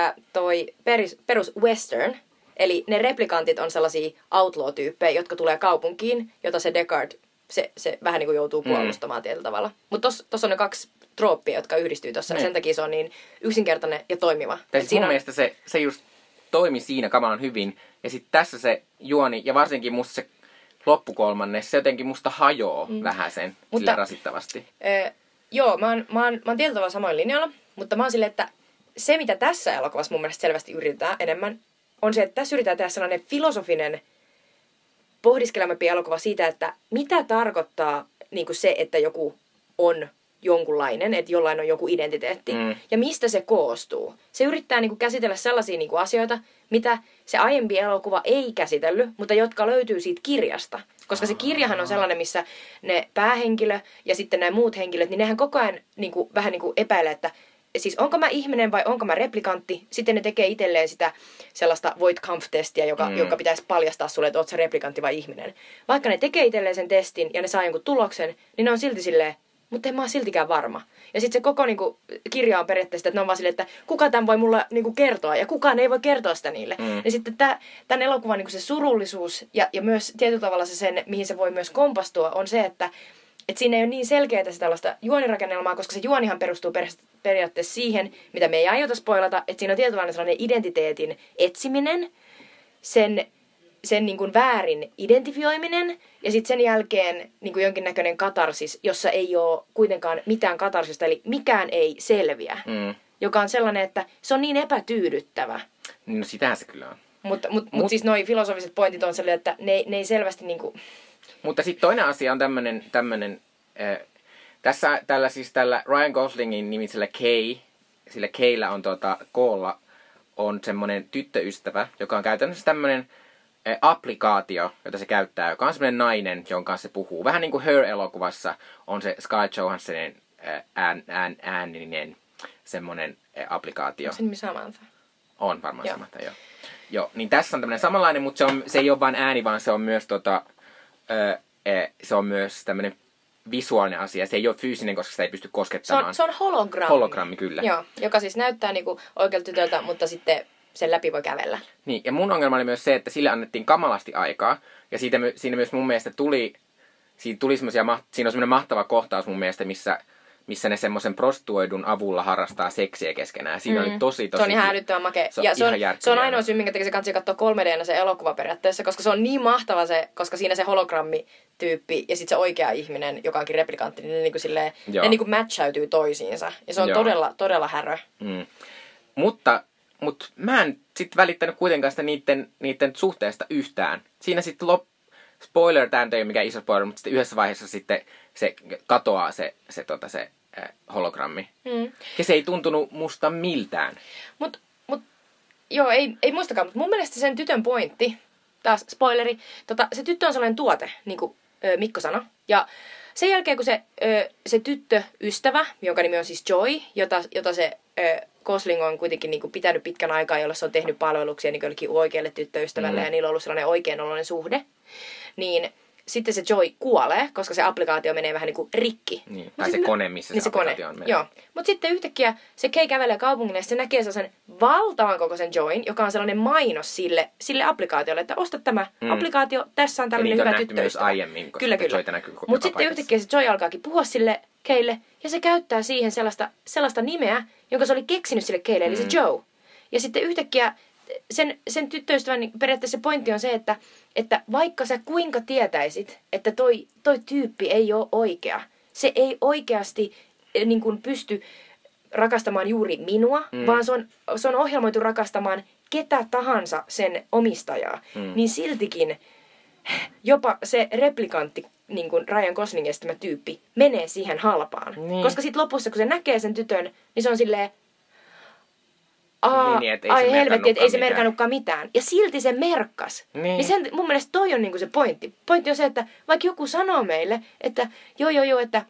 Speaker 1: toi perus western. Eli ne replikantit on sellaisia outlaw-tyyppejä, jotka tulee kaupunkiin, jota se Deckard se vähän niin kuin joutuu puolustamaan tietyllä tavalla. Mutta tossa on ne 2 trooppia, jotka yhdistyy tuossa. Ja sen takia se on niin yksinkertainen ja toimiva.
Speaker 2: Mun mielestä se just toimi siinä kamalan hyvin. Ja sitten tässä se juoni, ja varsinkin musta se loppukolmannes, se jotenkin musta hajoaa vähän sen sillä rasittavasti.
Speaker 1: Joo, mä oon tietyllä tavalla samoin linjalla, mutta mä oon silleen, että se mitä tässä elokuvassa mun mielestä selvästi yritetään enemmän, on se, että tässä yritetään tehdä sellainen filosofinen pohdiskelemampi elokuva siitä, että mitä tarkoittaa niin kuin se, että joku on jonkunlainen, että jollain on joku identiteetti, ja mistä se koostuu. Se yrittää niin kuin käsitellä sellaisia niin kuin asioita, mitä se aiempi elokuva ei käsitellyt, mutta jotka löytyy siitä kirjasta. Koska se kirjahan on sellainen, missä ne päähenkilö ja sitten nämä muut henkilöt, niin nehän koko ajan niin kuin, vähän niin kuin epäilee, että siis onko mä ihminen vai onko mä replikantti. Sitten ne tekee itselleen sitä sellaista Voight-Kampf-testiä, joka pitäisi paljastaa sulle, että oot sä replikantti vai ihminen. Vaikka ne tekee itselleen sen testin ja ne saa jonkun tuloksen, niin ne on silti silleen, mutta en mä ole siltikään varma. Ja sitten se koko niinku, kirja on periaatteessa, että ne on vaan silleen, että kuka tämän voi mulle niinku, kertoa ja kukaan ei voi kertoa sitä niille. Ja sitten tämän elokuvan niinku, se surullisuus ja myös tietyllä tavalla se sen, mihin se voi myös kompastua, on se, että siinä ei ole niin selkeää sitä tällaista juonirakennelmaa, koska se juonihan perustuu periaatteessa siihen, mitä me ei aiota spoilata, että siinä on tietynlainen sellainen identiteetin etsiminen, sen niin kuin väärin identifioiminen ja sitten sen jälkeen niin kuin jonkinnäköinen katarsis, jossa ei ole kuitenkaan mitään katarsista, eli mikään ei selviä, joka on sellainen, että se on niin epätyydyttävä.
Speaker 2: No sitähän se kyllä on.
Speaker 1: Mutta siis noi filosofiset pointit on sellainen, että ne ei selvästi niinku.
Speaker 2: Mutta sitten toinen asia on tämmönen tällä Ryan Goslingin nimisellä Kay, sillä Kayllä on Koolla on semmoinen tyttöystävä, joka on käytännössä tämmönen applikaatio, jota se käyttää, joka on semmoinen nainen, jonka kanssa se puhuu. Vähän niin kuin Her-elokuvassa on se Scarlett Johanssonin ääninen semmoinen applikaatio.
Speaker 1: Onko se nimi Samantha?
Speaker 2: On varmaan Samantha, joo. Joo, niin tässä on tämmöinen samanlainen, mutta se ei ole vain ääni, vaan se on myös, se on myös tämmöinen visuaalinen asia. Se ei ole fyysinen, koska sitä ei pysty koskettamaan.
Speaker 1: Se on hologrammi.
Speaker 2: Hologrammi, kyllä.
Speaker 1: Joo, joka siis näyttää niinku oikealta tytöltä, mutta sitten sen läpi voi kävellä.
Speaker 2: Niin, ja mun ongelma oli myös se, että sille annettiin kamalasti aikaa. Ja siinä myös mun mielestä siinä on semmoinen mahtava kohtaus mun mielestä, missä ne semmoisen prostituoidun avulla harrastaa seksiä keskenään. Siinä oli tosi...
Speaker 1: Se on ihan älyttömän makea. Se on ainoa syy, minkä takia se kannattaa katsoa 3D:nä se elokuva periaatteessa, koska se on niin mahtava koska siinä se hologrammityyppi ja sitten se oikea ihminen, joka onkin replikantti, niin ne niinku silleen, ne niinku matchautuu toisiinsa. Ja se on todella, todella härö.
Speaker 2: Mutta mä en sit välittänyt kuitenkaan sitä niiden suhteesta yhtään. Siinä sitten spoiler, tämä ei ole mikään iso spoiler, mutta sitten yhdessä vaiheessa sitten se katoaa se hologrammi. Ja se ei tuntunut musta miltään.
Speaker 1: Joo, ei muistakaan, mutta mun mielestä sen tytön pointti, taas spoileri, se tyttö on sellainen tuote, niin kuin Mikko sanoi. Ja sen jälkeen, kun se tyttöystävä, jonka nimi on siis Joy, jota se Gosling on kuitenkin niin kuin pitänyt pitkän aikaa, jolla se on tehnyt palveluksia niin jollekin oikealle tyttöystävälle, ja niillä on ollut sellainen oikeanoloinen suhde, niin sitten se Joy kuolee, koska se applikaatio menee vähän niin kuin rikki.
Speaker 2: Niin, tai se kone, missä niin se applikaatio on mennyt.
Speaker 1: Joo. Mutta sitten yhtäkkiä se Kay kävelee kaupungille ja se näkee sellaisen valtavan kokoisen Joyn, joka on sellainen mainos sille applikaatiolle, että osta tämä applikaatio, tässä on tämmöinen hyvä tyttöystävä.
Speaker 2: Myös aiemmin, koska Joyta näkyy joka
Speaker 1: Mutta sitten yhtäkkiä se Joy alkaakin puhua sille Kaylle ja se käyttää siihen sellaista nimeä, jonka se oli keksinyt sille Kaylle, eli se Joe. Ja sitten yhtäkkiä sen tyttöystävän periaatteessa se pointti on se, että vaikka sä kuinka tietäisit, että toi tyyppi ei ole oikea, se ei oikeasti niin kuin pysty rakastamaan juuri minua, vaan se on ohjelmoitu rakastamaan ketä tahansa sen omistajaa, niin siltikin jopa se replikantti, niin kuin Ryan Goslingin esittämä tyyppi, menee siihen halpaan. Niin. Koska sitten lopussa, kun se näkee sen tytön, niin se on silleen, ai helvetti, että ei se merkannutkaan mitään. Ja silti se merkkas. Niin sen, mun mielestä toi on niinku se pointti. Pointti on se, että vaikka joku sanoo meille, että joo, että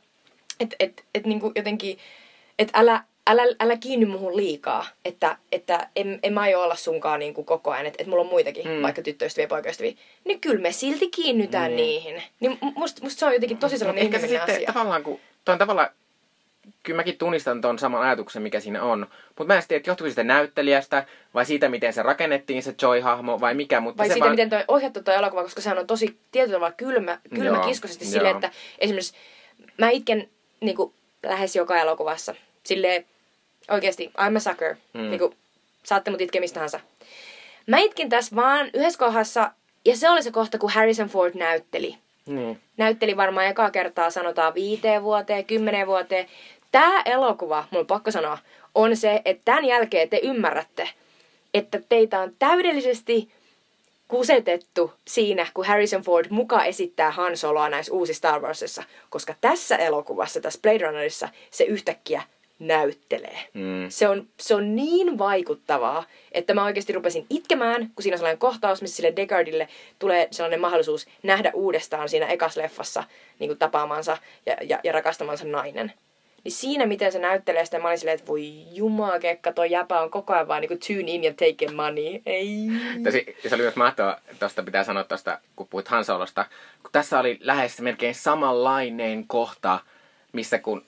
Speaker 1: niinku jotenkin, että älä kiinny muhun liikaa. Että en mä aio olla sunkaan niinku koko ajan. Että mulla on muitakin, vaikka tyttöystäviä ja poikaystäviä. Niin kyllä me silti kiinnytään niihin. Niin musta se on jotenkin tosi sellainen ihmeellinen asia.
Speaker 2: Tavallaan, kun toi on tavallaan, kyllä mäkin tunnistan ton saman ajatuksen, mikä siinä on. Mutta mä en tiedä, että johtuiko sitä näyttelijästä, vai siitä, miten se rakennettiin, se Joy-hahmo, vai mikä. Mutta
Speaker 1: vai
Speaker 2: se
Speaker 1: siitä, miten toi ohjattu toi elokuva, koska sehän on tosi tietyllä tavalla kylmäkiskoisesti silleen, että esimerkiksi mä itken niinku lähes joka elokuvassa. Silleen oikeesti, I'm a sucker. Niinku, saatte mut itkeä mistä tahansa. Mä itkin tässä vaan yhdessä kohdassa, ja se oli se kohta, kun Harrison Ford näytteli. Näytteli varmaan ekaa kertaa, sanotaan 5 vuoteen, 10 vuoteen. Tää elokuva, mun on pakko sanoa, on se, että tämän jälkeen te ymmärrätte, että teitä on täydellisesti kusetettu siinä, kun Harrison Ford muka esittää Han Soloa näissä uusissa Star Warsissa. Koska tässä elokuvassa, tässä Blade Runnerissa, se yhtäkkiä näyttelee. Se on niin vaikuttavaa, että mä oikeasti rupesin itkemään, kun siinä on sellainen kohtaus, missä sille Deckardille tulee sellainen mahdollisuus nähdä uudestaan siinä ekassa leffassa niin kuin tapaamansa ja rakastamansa nainen. Niin siinä, miten se näyttelee sitä, mä olin silleen, että voi jumakekka, toi jäpä on koko ajan vaan niin kuin tune in ja take money. Ei.
Speaker 2: Se oli myös mahtavaa, tuosta pitää sanoa tuosta, kun puhuit Han Solosta, kun tässä oli lähes melkein samanlainen kohta, missä kun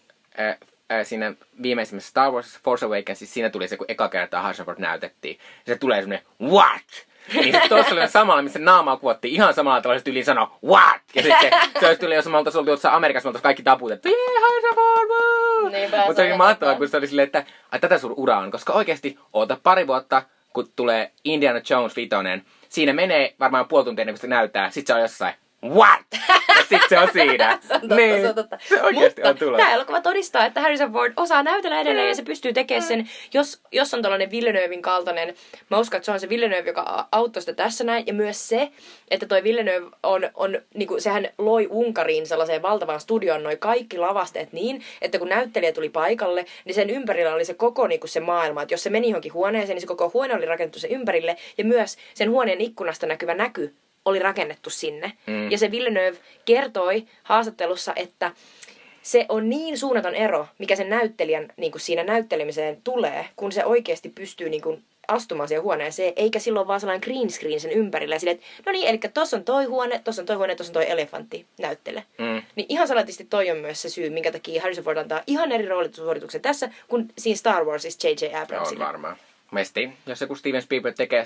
Speaker 2: siinä viimeisimmässä Star Wars Force Awakensissa siinä tuli se, kun eka kertaa Harrison Ford näytettiin. Ja se tulee semmoinen, what? Niin se tuossa oli samalla, missä naamaa kuvattiin ihan samalla tavalla, se yli sanoi, what? Ja sitten se olisi tuli, jos me oltaisiin oltu jossain Amerikassa, me oltaisiin kaikki taputettu, Harrison Ford, mutta se oli mahtavaa, kun se oli silleen, että tätä sun ura on, koska oikeasti oota pari vuotta, kun tulee Indiana Jones 5, siinä menee varmaan puoli tuntia ennen kuin se näyttää, sit se on jossain, what? Ja sit se on siinä.
Speaker 1: Se on totta,
Speaker 2: niin,
Speaker 1: se on totta.
Speaker 2: Se oikeasti on tulossa.
Speaker 1: Tämä elokuva todistaa, että Harrison Ford osaa näytellä edelleen ja se pystyy tekemään sen, jos on tällainen Villeneuven kaltainen. Mä uskon, että se on se Villeneuve, joka auttoi sitä tässä näin. Ja myös se, että toi Villeneuve on niinku, sehän loi Unkariin sellaiseen valtavaan studioon noi kaikki lavasteet niin, että kun näyttelijä tuli paikalle, niin sen ympärillä oli se koko niinku, se maailma. Että jos se meni johonkin huoneeseen, niin se koko huone oli rakennettu sen ympärille. Ja myös sen huoneen ikkunasta näkyvä näky oli rakennettu sinne. Ja se Villeneuve kertoi haastattelussa, että se on niin suunnaton ero, mikä sen näyttelijän niin kuin siinä näyttelemiseen tulee, kun se oikeasti pystyy niin kuin astumaan siihen huoneeseen, eikä silloin vaan sellainen green screen sen ympärillä. Silleen, että no niin, eli tossa on toi huone, tossa on toi huone, tossa on toi elefantti näyttele. Niin ihan salatisti toi on myös se syy, minkä takia Harrison Ford antaa ihan eri roolitusuorituksen tässä, kuin siinä Star Warsissa J.J. Abramsille.
Speaker 2: On varmaan. Mielestäni, jos joku Steven Spielberg tekee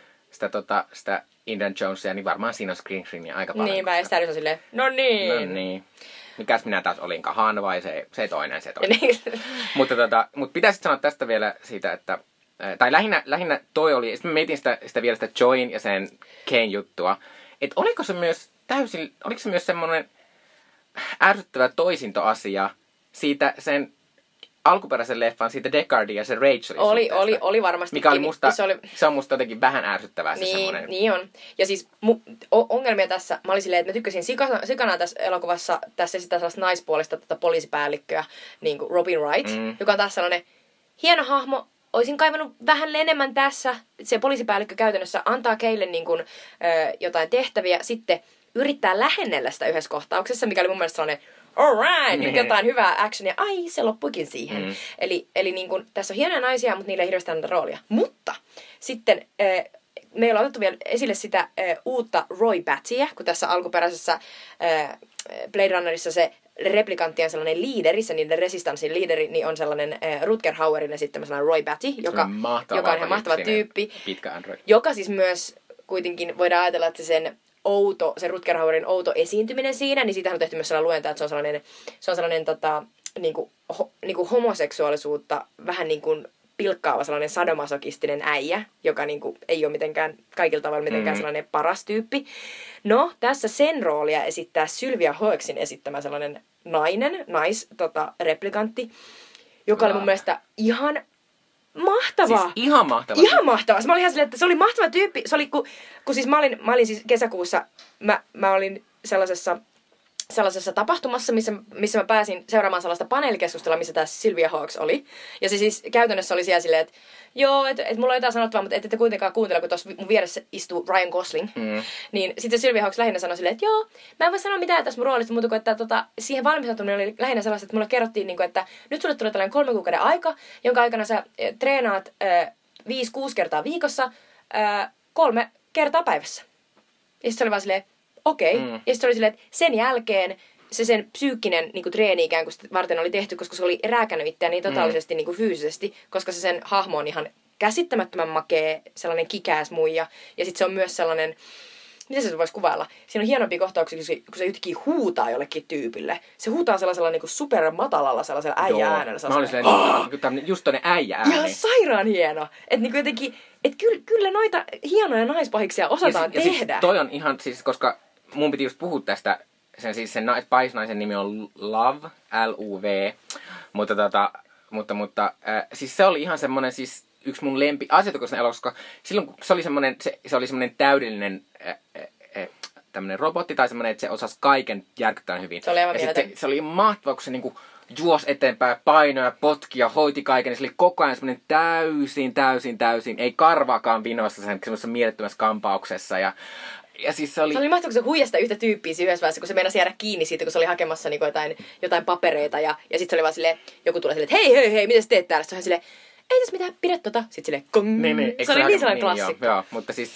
Speaker 2: sitä Indiana Jonesia, niin varmaan siinä on screen screenia aika paljon.
Speaker 1: Niin, ja sitä on silleen, no niin.
Speaker 2: Mikäs minä taas olinkaan, Han vai se toinen? Mutta pitäisi sanoa tästä vielä siitä, että tai lähinnä toi oli, sitten mä mietin sitä vielä sitä Joyn ja sen Kane juttua, että oliko se myös semmoinen ärsyttävä toisintoasia siitä sen alkuperäisen leffan siitä Deckardin ja se Rachelin
Speaker 1: oli varmasti.
Speaker 2: Mikä oli musta, se on musta jotenkin vähän ärsyttävää se semmoinen.
Speaker 1: Niin on. Ja siis ongelmia tässä, mä olin silleen, että mä tykkäsin sikana tässä elokuvassa, tässä sitä sellaista naispuolista poliisipäällikköä, niin kuin Robin Wright, joka on taas sellainen hieno hahmo. Olisin kaivannut vähän enemmän tässä. Se poliisipäällikkö käytännössä antaa Keille niin kuin, jotain tehtäviä, sitten yrittää lähennellä sitä yhdessä kohtauksessa, mikä oli mun mielestä sellainen alright, jotain hyvää actionia. Ai, se loppuikin siihen. Eli niin kuin, tässä on hienoja naisia, mutta niillä ei hirveästi anneta roolia. Mutta sitten meillä on otettu vielä esille sitä uutta Roy Battyä, kun tässä alkuperäisessä Blade Runnerissa se replikantti on sellainen liideri, se niiden resistanssin liideri, niin on sellainen Rutger Hauerin esittämä sellainen Roy Batty, joka on ihan mahtava tyyppi.
Speaker 2: Pitkä Android.
Speaker 1: Joka siis myös kuitenkin voidaan ajatella, että se Rutger Hauerin outo esiintyminen siinä, niin siitä on tehty myös sellainen luenta, että se on sellainen niinku homoseksuaalisuutta vähän niin kuin pilkkaava sellainen sadomasokistinen äijä, joka niinku ei ole mitenkään kaikilla tavalla mitenkään sellainen paras tyyppi. No, tässä sen roolia esittää Sylvia Hoeksin esittämä sellainen replikantti, joka oli mun mielestä ihan mahtavaa.
Speaker 2: Siis ihan mahtavaa.
Speaker 1: Ihan mahtavaa. Mä olin ihan silleen, että se oli mahtava tyyppi. Se oli, kun siis mä olin siis kesäkuussa, mä olin sellaisessa tapahtumassa, missä mä pääsin seuraamaan sellaista paneelikeskustelua, missä tämä Sylvia Hawks oli. Ja se siis käytännössä oli siellä silleen, että joo, että mulla on jotain sanottavaa, mutta ette kuitenkaan kuuntele, kun tuossa mun vieressä istuu Ryan Gosling. Niin sitten Sylvia Hawks lähinnä sanoi silleen, että joo, mä en voi sanoa mitään tässä mun roolista, muuta kuin että siihen valmistautuminen oli lähinnä sellaista, että mulle kerrottiin, että nyt sulle tulee tällainen 3 kuukauden aika, jonka aikana sä treenaat 5-6 kertaa viikossa, 3 kertaa päivässä. Ja sitten se oli vaan silleen, okei. Ja sitten se oli silleen, että sen jälkeen se sen psyykkinen niin kuin treeni ikään kuin varten oli tehty, koska se oli rääkännyt itseään niin totaalisesti niin kuin fyysisesti, koska se sen hahmo on ihan käsittämättömän makea, sellainen kikääs muija. Ja sitten se on myös sellainen, miten se voisi kuvailla? Siinä on hienompia kohtauksia, kun se yhtäkkiä huutaa jollekin tyypille. Se huutaa sellaisella niin kuin supermatalalla sellaisella äijä-äänellä.
Speaker 2: Mä olin silleen, just tonne äijä-ääni.
Speaker 1: Ihan sairaan hieno. Että niin jotenkin, että kyllä noita hienoja naispahiksia osataan tehdä.
Speaker 2: Ja siis toi on ihan, siis koska mun piti just puhua tästä, sen paisnaisen nimi on Love, L-U-V, mutta siis se oli ihan semmonen siis yksi mun lempi asioita, koska silloin kun se oli semmonen täydellinen tämmönen robotti tai semmonen, että se osasi kaiken järkyttävän hyvin.
Speaker 1: Se oli aivan mieletön.
Speaker 2: Se oli mahtavaa, kun se niinku juosi eteenpäin, painoi ja potki ja hoiti kaiken. Se oli koko ajan semmonen täysin, ei karvaakaan vinossa semmoisessa mielettömässä kampauksessa. Ja siis se oli
Speaker 1: mahtavaa, kun se huijasta yhtä tyyppiä yhdessä vaiheessa, kun se meinasi jäädä kiinni siitä, kun se oli hakemassa niinku jotain papereita. Ja sitten se oli vaan silleen, joku tulee silleen, että hei, mitä sä teet täällä? Sitten hän silleen, ei tässä mitään, pidä tota. Sitten silleen, kong.
Speaker 2: Niin,
Speaker 1: se oli niin sellainen klassikko.
Speaker 2: Joo, mutta siis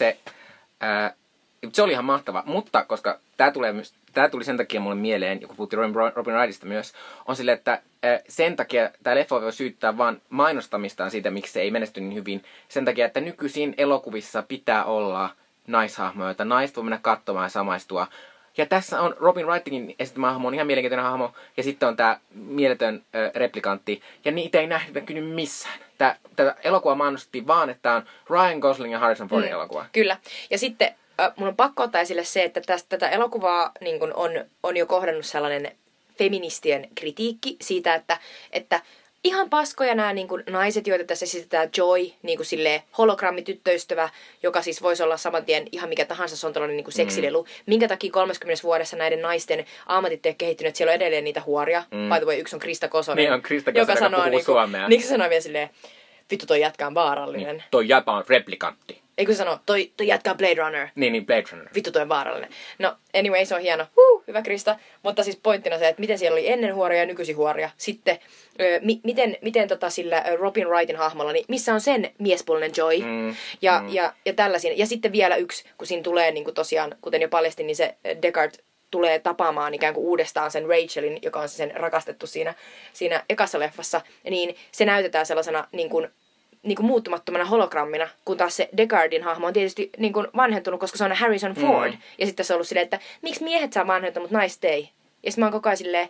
Speaker 2: se oli ihan mahtava. Mutta koska tää tuli sen takia mulle mieleen, kun puhuttiin Robin Wrightista myös, on silleen, että sen takia tämä leffa voi syyttää vaan mainostamistaan siitä, miksi se ei menesty niin hyvin. Sen takia, että nykyisin elokuvissa pitää olla naishahmoja, joita naiset voi mennä katsomaan ja samaistua. Ja tässä on Robin Wrightin esittämä hahmo, on ihan mielenkiintoinen hahmo. Ja sitten on tämä mieletön replikantti. Ja niitä ei näkynyt missään. Tätä elokuvaa mainostettiin vaan, että tämä on Ryan Gosling ja Harrison Fordin elokuva.
Speaker 1: Kyllä. Ja sitten mun on pakko ottaa esille se, että tätä elokuvaa niin kun on jo kohdannut sellainen feministien kritiikki siitä, että ihan paskoja nämä niin kuin naiset, joita tässä esitetään Joy, niin kuin silleen hologrammityttöystävä, joka siis voisi olla saman tien ihan mikä tahansa, se on tällainen niin kuin seksilelu. Minkä takia 30 vuodessa näiden naisten ammatit ei ole kehittynyt, että siellä on edelleen niitä huoria. By the way, yksi on Krista Kosonen,
Speaker 2: niin on Krista Kosonen, joka sanoo
Speaker 1: puhuu
Speaker 2: suomea.
Speaker 1: Niin se sanoo vielä silleen, vittu toi jätkä on vaarallinen.
Speaker 2: Niin, toi jäpä on replikantti.
Speaker 1: Eikö se sanoo, toi jätkä on Blade Runner.
Speaker 2: Niin, Blade Runner.
Speaker 1: Vittu toi on vaarallinen. No, anyway, se on hieno. Hyvä Krista. Mutta siis pointtina se, että miten siellä oli ennen huoria ja nykyisin huoria. Sitten, miten sillä Robin Wrightin hahmolla, niin missä on sen miespuolinen Joy. Ja tällaisia. Ja sitten vielä yksi, kun siinä tulee niin kuin tosiaan, kuten jo paljastin, niin se Deckard tulee tapaamaan ikään kuin uudestaan sen Rachelin, joka on sen rakastettu siinä ekassa leffassa. Niin se näytetään sellaisena niin kuin muuttumattomana hologrammina, kun taas se Deckardin hahmo on tietysti niin kuin vanhentunut, koska se on Harrison Ford. Ja sitten se on ollut silleen, että miksi miehet saa vanhentua, mutta naiset ei. Ja sitten mä oon koko ajan silleen,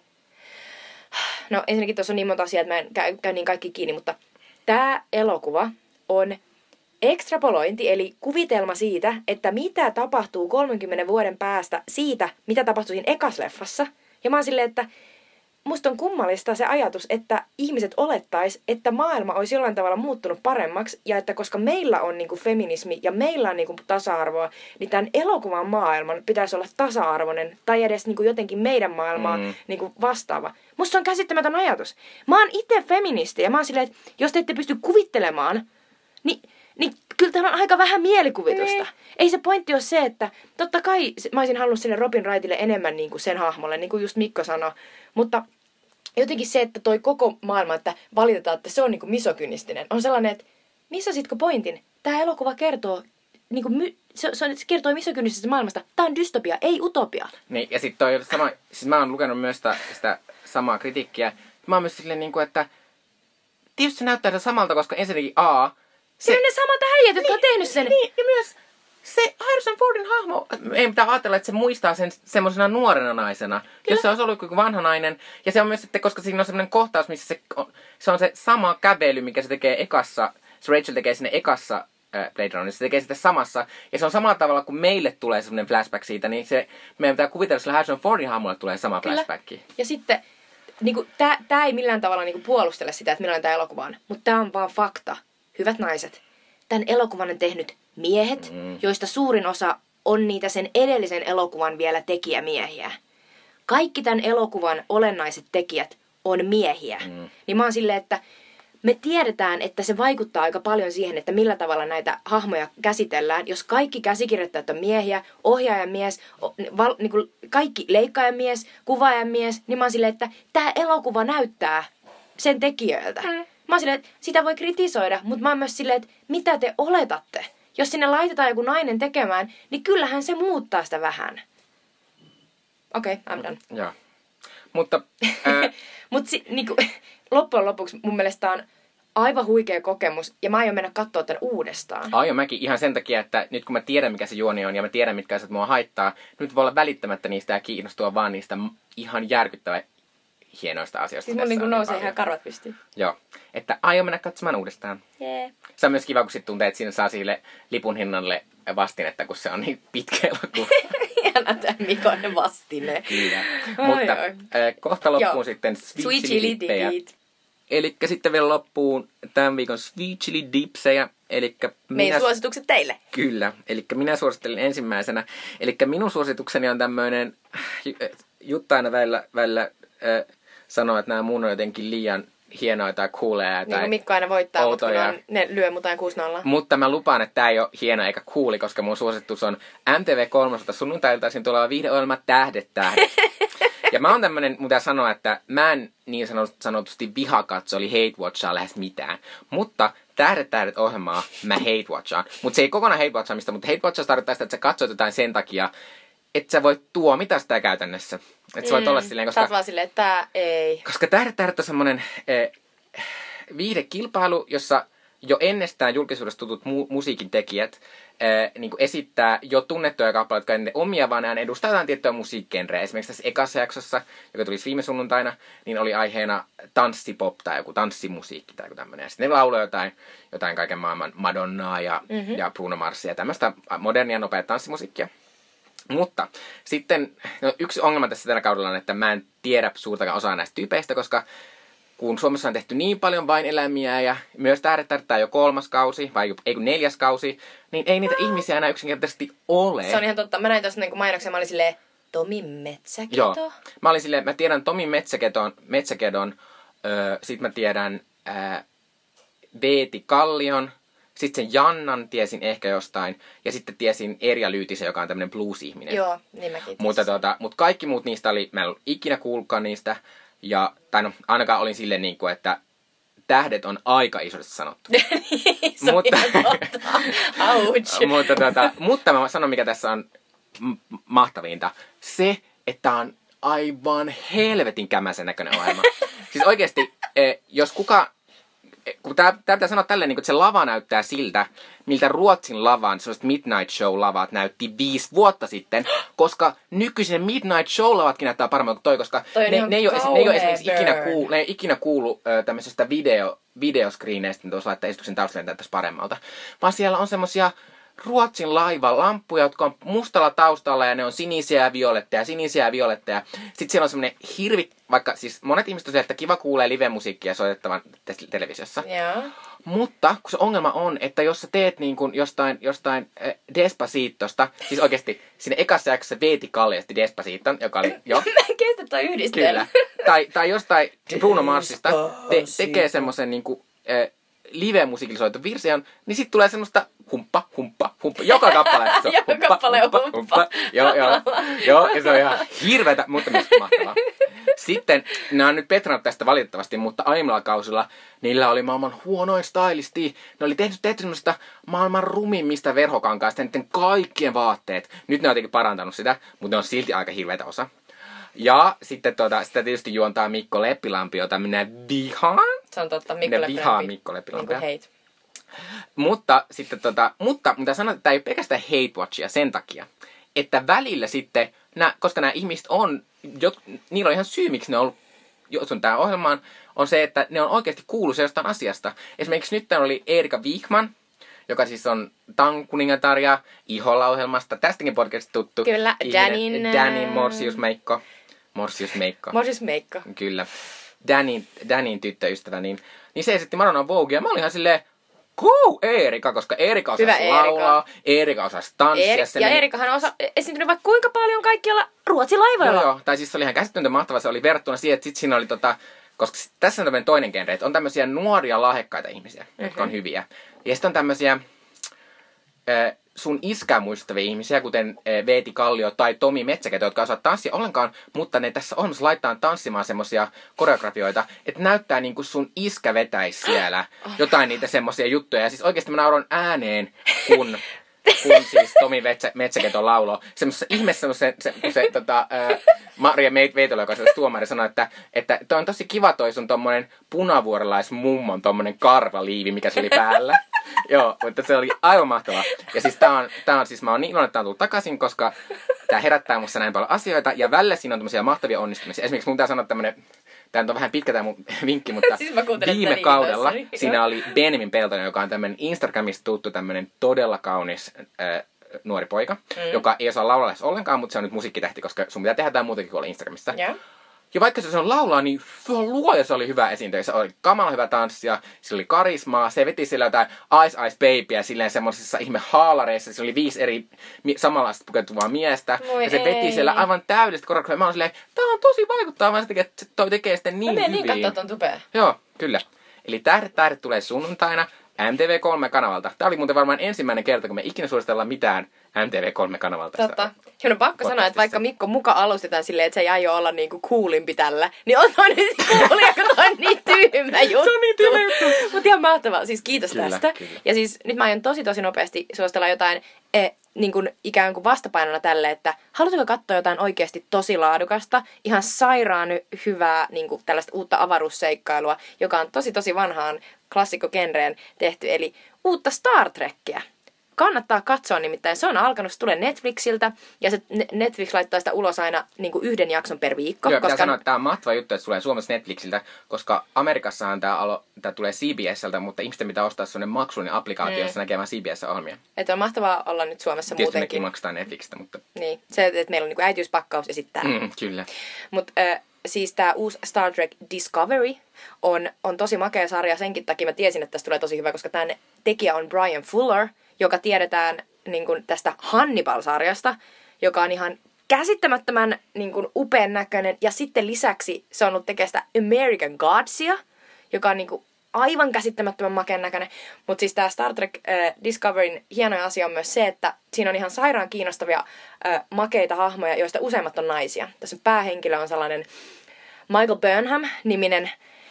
Speaker 1: no ensinnäkin tuossa on niin monta asiaa, että mä en käy niin kaikki kiinni, mutta tää elokuva on ekstrapolointi, eli kuvitelma siitä, että mitä tapahtuu 30 vuoden päästä siitä, mitä tapahtui siinä ekas leffassa. Ja mä oon silleen, että musta on kummallista se ajatus, että ihmiset olettais, että maailma olisi jollain tavalla muuttunut paremmaksi ja että koska meillä on niinku feminismi ja meillä on niinku tasa-arvoa, niin tämän elokuvan maailman pitäisi olla tasa-arvoinen tai edes niinku jotenkin meidän maailmaa niinku vastaava. Musta se on käsittämätön ajatus. Mä oon itse feministi ja mä oon silleen, että jos te ette pysty kuvittelemaan, niin kyllä tämä on aika vähän mielikuvitusta. Ei se pointti ole se, että totta kai mä olisin halunnut sille Robin Wrightille enemmän niin kuin sen hahmolle, niin kuin just Mikko sanoi. Mutta jotenkin se, että toi koko maailma, että valitetaan, että se on niin kuin misogynistinen, on sellainen, että missä sitko pointin? Tämä elokuva kertoo, niin kuin se kertoo misogynistisesta maailmasta. Tämä on dystopia, ei utopia.
Speaker 2: Niin, ja sitten toi sama, siis mä oon lukenut myös sitä samaa kritiikkiä. Mä oon myös silleen, niin kuin, että tietysti se näyttää samalta, koska ensinnäkin
Speaker 1: se on ne samat äijät, jotka on tehnyt sen.
Speaker 2: Niin, ja myös se Harrison Fordin hahmo, ei pitää ajatella, että se muistaa sen semmoisena nuorena naisena. Kyllä. Jos se olisi ollut joku vanha nainen. Ja se on myös sitten, koska siinä on semmoinen kohtaus, missä se on se sama kävely, mikä se tekee ekassa, se Rachel tekee sinne ekassa Blade Runnerissa, se tekee sitä samassa. Ja se on samalla tavalla, kun meille tulee semmoinen flashback siitä, niin meidän pitää kuvitella, että sillä Harrison Fordin hahmolle tulee sama flashback.
Speaker 1: Ja sitten, niinku, tää ei millään tavalla niinku puolustele sitä, että millainen tämä elokuva on. Mutta tää on vaan fakta. Hyvät naiset, tämän elokuvan on tehnyt miehet, joista suurin osa on niitä sen edellisen elokuvan vielä tekijämiehiä. Kaikki tämän elokuvan olennaiset tekijät on miehiä. Niin mä oon silleen, että me tiedetään, että se vaikuttaa aika paljon siihen, että millä tavalla näitä hahmoja käsitellään. Jos kaikki käsikirjoittajat on miehiä, ohjaajamies, niin kaikki leikkaajamies, kuvaajamies, niin mä oon silleen, että tämä elokuva näyttää sen tekijöiltä. Mä oon silleen, että sitä voi kritisoida, mutta mä oon myös silleen, että mitä te oletatte? Jos sinne laitetaan joku nainen tekemään, niin kyllähän se muuttaa sitä vähän. Okei, I'm done.
Speaker 2: Joo. Mutta
Speaker 1: niinku, loppujen lopuksi mun mielestä on aivan huikea kokemus, ja mä aion mennä katsoa tämän uudestaan.
Speaker 2: Aion mäkin ihan sen takia, että nyt kun mä tiedän, mikä se juoni on, ja mä tiedän, mitkä asiat mua haittaa, nyt voi olla välittämättä niistä ja kiinnostua vaan niistä ihan järkyttävän hienoista asioista.
Speaker 1: Siis mun niin nousee ihan karvat pystyyn.
Speaker 2: Joo. Että aion mennä katsomaan uudestaan.
Speaker 1: Yeah.
Speaker 2: Se on myös kiva, kun sit tuntee, että siinä saa sille lipun hinnalle vastinetta, kun se on niin pitkä elokuva.
Speaker 1: Ihana tää Mikon vastine.
Speaker 2: Kyllä. Mutta kohta loppuun sitten
Speaker 1: Sweet Chili Dipit.
Speaker 2: Elikkä sitten vielä loppuun tämän viikon Sweet Chili Dipsejä.
Speaker 1: Meidän suositukset teille.
Speaker 2: Kyllä. Elikkä minä suosittelin ensimmäisenä. Elikkä minun suositukseni on tämmöinen, Jutta aina välillä sanoo, että nämä mun on jotenkin liian hienoja tai cooleja.
Speaker 1: Niin kuin Mikko aina voittaa, mutta ne lyö mutain 6-0.
Speaker 2: Mutta mä lupaan, että tää ei ole hieno eikä cooli, koska mun suositus on MTV3 sunnuntailtaisin tuleva viihdeohjelma Tähdet. Ja mä oon tämmönen, mitä sanoa, että mä en niin sanotusti vihakatso, eli hate watchaa lähes mitään. Mutta Tähdet ohjelmaa mä hate watchaan. Mutta se ei kokonaan hate watchaamista, mutta hate watchaus tarkoittaa sitä, että sä katsot jotain sen takia, että sä voit tuomita sitä käytännössä. Että sä voit olla silleen, koska...
Speaker 1: Sä oot vaan silleen, että tää ei...
Speaker 2: Koska Tähdet on semmonen viihdekilpailu, jossa jo ennestään julkisuudessa tutut musiikin tekijät niin esittää jo tunnettuja kappaleita, jotka ennen omia, vaan ne edustaa jotain tiettyä musiikkigenreä. Esimerkiksi tässä ekassa jaksossa, joka tulisi viime sunnuntaina, niin oli aiheena tanssipop tai joku tanssimusiikki tai joku tämmöinen. Ja sitten ne lauloi jotain kaiken maailman Madonnaa ja Bruno Marsia ja tämmöistä modernia nopea tanssimusiikkia. Mutta sitten yksi ongelma tässä tällä kaudella on, että mä en tiedä suurtakaan osaa näistä tyypeistä, koska kun Suomessa on tehty niin paljon vain eläimiä ja myös Tähdet tää jo 3. kausi, vai ei kun 4. kausi, niin ei niitä ihmisiä enää yksinkertaisesti ole.
Speaker 1: Se on ihan totta. Mä näin tuossa niin mainoksen, mä olin silleen, Tomi Metsäketo?
Speaker 2: Joo. Mä olin silleen, mä tiedän Tomi Metsäkedon, sit mä tiedän Veeti Kallion, sitten sen Jannan tiesin ehkä jostain, ja sitten tiesin Erja Lyytisen, joka on tämmönen blues-ihminen.
Speaker 1: Joo, niin mäkin
Speaker 2: mutta kaikki muut niistä mä en ollut ikinä kuullutkaan niistä. Ainakaan olin silleen niin kuin, että Tähdet on aika isosti sanottu.
Speaker 1: Se on ihan totta. Ouch.
Speaker 2: Mutta mä sanon, mikä tässä on mahtavinta. Se, että on aivan helvetin kämäsen näköinen ohjelma. Siis oikeesti, jos kun tää pitää sanoa tälleen, niin että se lava näyttää siltä, miltä Ruotsin lavan, sellaiset Midnight Show-lavat näytti 5 vuotta sitten, koska nykyisin Midnight Show-lavatkin näyttää paremmin kuin toi, koska ne ei ole esimerkiksi ikinä kuulu tämmöisestä videoskriineistä, mitä tuossa laittaa esityksen taustalla, näyttäisi paremmalta. Vaan siellä on semmosia Ruotsin laivan lampuja, jotka on mustalla taustalla ja ne on sinisiä ja violetteja. Sitten siellä on semmoinen vaikka siis monet ihmiset on siellä, että kiva kuulee live-musiikkia soitettavan televisiossa.
Speaker 1: Joo.
Speaker 2: Mutta kun se ongelma on, että jos sä teet niin kuin jostain Despacitosta, siis oikeesti siinä ekassa jaksossa Veeti Kalliasti Despaciton, joka oli jo.
Speaker 1: Mä en kestä toi yhdistelmä.
Speaker 2: Kyllä. Tai jostain Bruno Marsista tekee semmoisen niinku live-musiikillisoiton version, niin sit tulee semmoista humppa. Joka kappale.
Speaker 1: Joka kappale on humppa.
Speaker 2: Joo, ja se on ihan hirveetä, mutta myös mahtavaa. Sitten, nämä on nyt petrannut tästä valitettavasti, mutta aiemmilla kausilla niillä oli maailman huonoin stylisti. Ne oli tehty semmoista maailman rumimmista verhokankaista, niiden kaikkien vaatteet. Nyt ne on jotenkin parantanut sitä, mutta ne on silti aika hirveätä osa. Ja sitten sitä tietysti juontaa Mikko Leppilampi, jota minä vihaan.
Speaker 1: Se on totta,
Speaker 2: Minä vihaan Mikko Leppilampia.
Speaker 1: Niin hate.
Speaker 2: Mutta sitten mitä sanoit, että tämä ei ole pelkästään hate watchia sen takia, että välillä sitten, koska nämä ihmiset niillä on ihan syy, miksi ne on ollut joutunut tähän ohjelmaan, on se, että ne on oikeasti kuullut jostain asiasta. Esimerkiksi nyt oli Erika Wigman, joka siis on Tankuningatar ja Iholla-ohjelmasta. Tästäkin podcastista tuttu.
Speaker 1: Kyllä,
Speaker 2: Danin Morsiusmeikko. Kyllä. Danin tyttöystävä. Niin se esitti Madonna Voguea. Mä olin ihan silleen, Eerika, koska Eerika osasi laulaa, Eerika osasi tanssia.
Speaker 1: Eerikahan on esiintynyt vaikka kuinka paljon kaikkialla Ruotsin laivoilla.
Speaker 2: Joo. Tai siis se oli ihan käsittämätön mahtava. Se oli verrattuna siihen, että sit siinä oli koska tässä on tämmöinen toinen genre, että on tämmöisiä nuoria lahjakkaita ihmisiä, jotka on hyviä. Ja sitten on tämmöisiä sun iskää muistuttavia ihmisiä, kuten Veeti Kallio tai Tomi Metsäketo, jotka osaa tanssia ollenkaan, mutta ne tässä ohjelmassa laittaa tanssimaan semmosia koreografioita, että näyttää niin kuin sun iskä vetäisi siellä jotain niitä semmosia juttuja. Ja siis oikeasti mä nauroin ääneen, kun siis Tomi Metsäketo lauloi. Semmoisessa Maria Veitola, joka on tuomari, sanoi, että toi on tosi kiva toi sun tommonen punavuorelaismummon tommonen karvaliivi, mikä se oli päällä. Joo, mutta se oli aivan mahtavaa. Ja siis tää on siis, mä oon niin iloinen, että tää on tullut takaisin, koska tää herättää musta näin paljon asioita. Ja välillä siinä on tämmöisiä mahtavia onnistumisia. Esimerkiksi mun pitää sanoa tämmönen, tää on vähän pitkä tää mun vinkki, mutta
Speaker 1: siis
Speaker 2: viime kaudella siinä oli Benjamin Peltonen, joka on tämmönen Instagramista tuttu tämmönen todella kaunis nuori poika, joka ei osaa laulaa ollenkaan, mutta se on nyt musiikkitähti, koska sun pitää tehdä tää muutakin kuin olla Instagramissa.
Speaker 1: Yeah.
Speaker 2: Ja vaikka se on laulaa, niin luoja se oli hyvä esiintyjä. Se oli kamala hyvä tanssia, sillä oli karismaa, se veti sillä jotain Ice Ice Babyä silleen semmosissa ihme haalareissa. Se oli 5 eri samanlaista pukeutuvaa miestä. Ja se veti siellä aivan täydellistä koreografia. Mä oon silleen, tää on tosi vaikuttavaa, vaan se tekee, että toi tekee sitten niin hyvin.
Speaker 1: Mä menen niin kattoo ton tupea.
Speaker 2: Joo, kyllä. Eli Tähdet tulee sunnuntaina MTV3-kanavalta. Tää oli muuten varmaan ensimmäinen kerta, kun me ikinä suositellaan mitään MTV3-kanavalta.
Speaker 1: Totta. Ja on pakko sanoa, että vaikka Mikko muka alustetaan silleen, että se ei aio olla niinku coolimpi tällä, niin on toi nyt coolia, kun toi on niin tyhmä juttu.
Speaker 2: Se on niin tyhmä juttu.
Speaker 1: Mut ihan mahtavaa. Siis kiitos tästä.
Speaker 2: Kyllä.
Speaker 1: Ja siis nyt mä aion tosi nopeasti suositella jotain niin kuin ikään kuin vastapainona tälle, että haluatko katsoa jotain oikeasti tosi laadukasta, ihan sairaan hyvää niin kuin tällaista uutta avaruusseikkailua, joka on tosi vanhaan klassikkogenreen tehty, eli uutta Star Trekkiä. Kannattaa katsoa nimittäin. Se on alkanut, se tulee Netflixiltä ja se Netflix laittaa sitä ulos aina niin kuin 1 jakson per viikko.
Speaker 2: Joo, pitää sanoa, että tämä on mahtava juttu, että se tulee Suomessa Netflixiltä, koska Amerikassahan tämä tulee CBSltä, mutta ihmisten pitää ostaa sellainen maksullinen applikaatio, jossa näkee vain CBS-ohjelmia.
Speaker 1: Että on mahtavaa olla nyt Suomessa
Speaker 2: tietysti
Speaker 1: muutenkin.
Speaker 2: Tietysti maksetaan Netflixistä, mutta...
Speaker 1: Niin, se, että meillä on niin kuin äitiyspakkaus ja sitten tämä.
Speaker 2: Kyllä.
Speaker 1: Mutta siis tämä uusi Star Trek Discovery on tosi makea sarja. Senkin takia mä tiesin, että tästä tulee tosi hyvä, koska tämän tekijä on Brian Fuller, joka tiedetään niin kuin tästä Hannibal-sarjasta, joka on ihan käsittämättömän niin kuin upean näköinen. Ja sitten lisäksi se on ollut tekemään sitä American Godsia, joka on niin kuin aivan käsittämättömän makeen näköinen. Mutta siis tämä Star Trek Discoveryn hienoja asia on myös se, että siinä on ihan sairaan kiinnostavia makeita hahmoja, joista useimmat on naisia. Tässä päähenkilö on sellainen Michael Burnham-niminen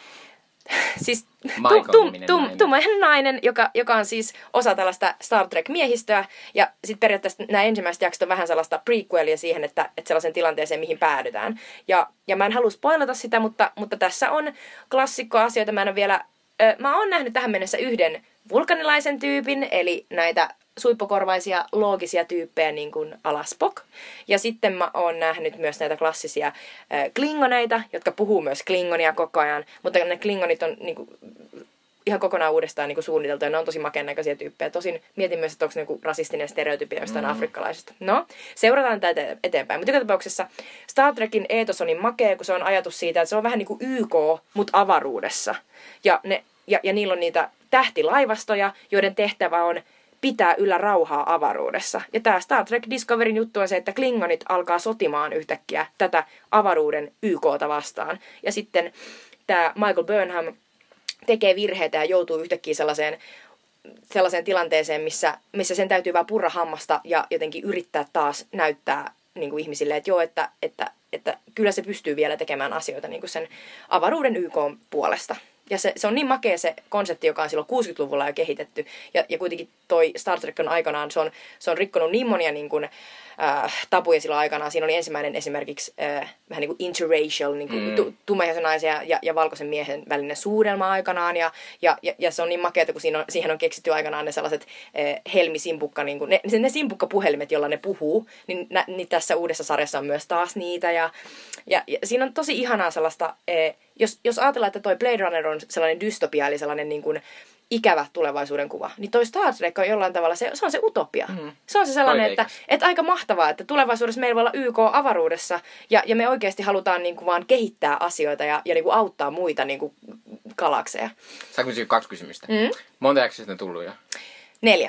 Speaker 1: siis tummainen nainen, joka on siis osa tällaista Star Trek-miehistöä. Ja sitten periaatteessa nämä ensimmäiset jaksot on vähän sellaista prequelia siihen, että sellaisen tilanteeseen, mihin päädytään. Ja mä en halua spoilata sitä, mutta tässä on klassikkoasioita. Mä oon nähnyt tähän mennessä yhden vulkanilaisen tyypin, eli näitä suippokorvaisia loogisia tyyppejä niin kuin a la Spock. Ja sitten mä oon nähnyt myös näitä klassisia klingoneita, jotka puhuu myös klingonia koko ajan. Mutta ne klingonit on niin kuin ihan kokonaan uudestaan niin kuin suunniteltu ja ne on tosi makeen näköisiä tyyppejä. Tosin mietin myös, että onko ne joku rasistinen stereotypia jostain afrikkalaisesta. No, seurataan tätä eteenpäin. Mutta joka tapauksessa Star Trekin eetos on niin makea, kun se on ajatus siitä, että se on vähän niin kuin YK, mutta avaruudessa. Ja niillä on niitä tähtilaivastoja, joiden tehtävä on pitää yllä rauhaa avaruudessa. Ja tämä Star Trek Discoveryn juttu on se, että Klingonit alkaa sotimaan yhtäkkiä tätä avaruuden YKta vastaan. Ja sitten tämä Michael Burnham tekee virheitä ja joutuu yhtäkkiä sellaiseen tilanteeseen, missä sen täytyy vaan purra hammasta ja jotenkin yrittää taas näyttää niin kuin ihmisille, että joo, että kyllä se pystyy vielä tekemään asioita niin kuin sen avaruuden YK:n puolesta. Ja se on niin makea se konsepti, joka on silloin 60-luvulla jo kehitetty. Ja kuitenkin toi Star Trek on aikanaan, se on rikkonut niin monia niin kuin, tabuja silloin aikanaan. Siinä oli ensimmäinen esimerkiksi vähän niin kuin interracial, niin kuin tummaihoisen naisen ja valkoisen miehen välinen suudelma aikanaan. Ja se on niin makeata, kun siihen on keksitty aikanaan ne sellaiset helmisimpukka, niin kuin, ne simpukkapuhelimet, joilla ne puhuu. Niin tässä uudessa sarjassa on myös taas niitä. Ja siinä on tosi ihanaa sellaista... Jos ajatellaan, että toi Blade Runner on sellainen dystopia, eli sellainen niin kuin ikävä tulevaisuuden kuva, niin toi Star Trek on jollain tavalla, se on se utopia. Se on se sellainen, että aika mahtavaa, että tulevaisuudessa meillä voi olla YK avaruudessa, ja me oikeasti halutaan niin kuin vaan kehittää asioita ja niin kuin auttaa muita niin kuin galakseja.
Speaker 2: Saanko kysyä 2 kysymystä? Monta jaksosta on tullut jo?
Speaker 1: 4.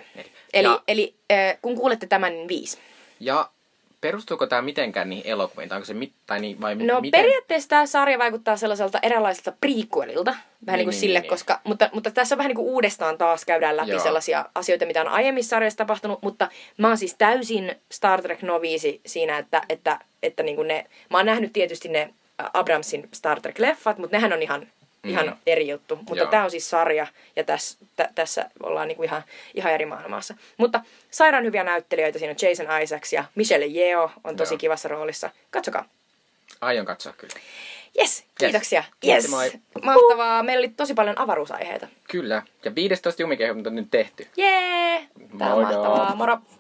Speaker 1: Eli kun kuulette tämän, niin 5.
Speaker 2: Ja perustuuko tämä mitenkään niihin elokuviin? Tai onko se vai
Speaker 1: no
Speaker 2: miten?
Speaker 1: Periaatteessa tämä sarja vaikuttaa sellaiselta eräänlaiselta prequelilta. Vähän niin kuin sille, koska... Mutta tässä on vähän niin kuin uudestaan taas käydään läpi sellaisia asioita, mitä on aiemmissa sarjoissa tapahtunut. Mutta mä oon siis täysin Star Trek noviisi siinä, että niin kuin mä oon nähnyt tietysti ne Abramsin Star Trek-leffat, mutta nehän on ihan eri juttu. Mutta tämä on siis sarja, ja tässä ollaan niinku ihan eri maailmassa. Mutta sairaan hyviä näyttelijöitä. Siinä on Jason Isaacs ja Michelle Yeoh on tosi kivassa roolissa. Katsokaa.
Speaker 2: Aion katsoa kyllä.
Speaker 1: Yes, kiitoksia. Yes. Mahtavaa. Meillä oli tosi paljon avaruusaiheita.
Speaker 2: Kyllä. Ja 15 jumikehut on nyt tehty.
Speaker 1: Jee! Tää on mahtavaa. Moro!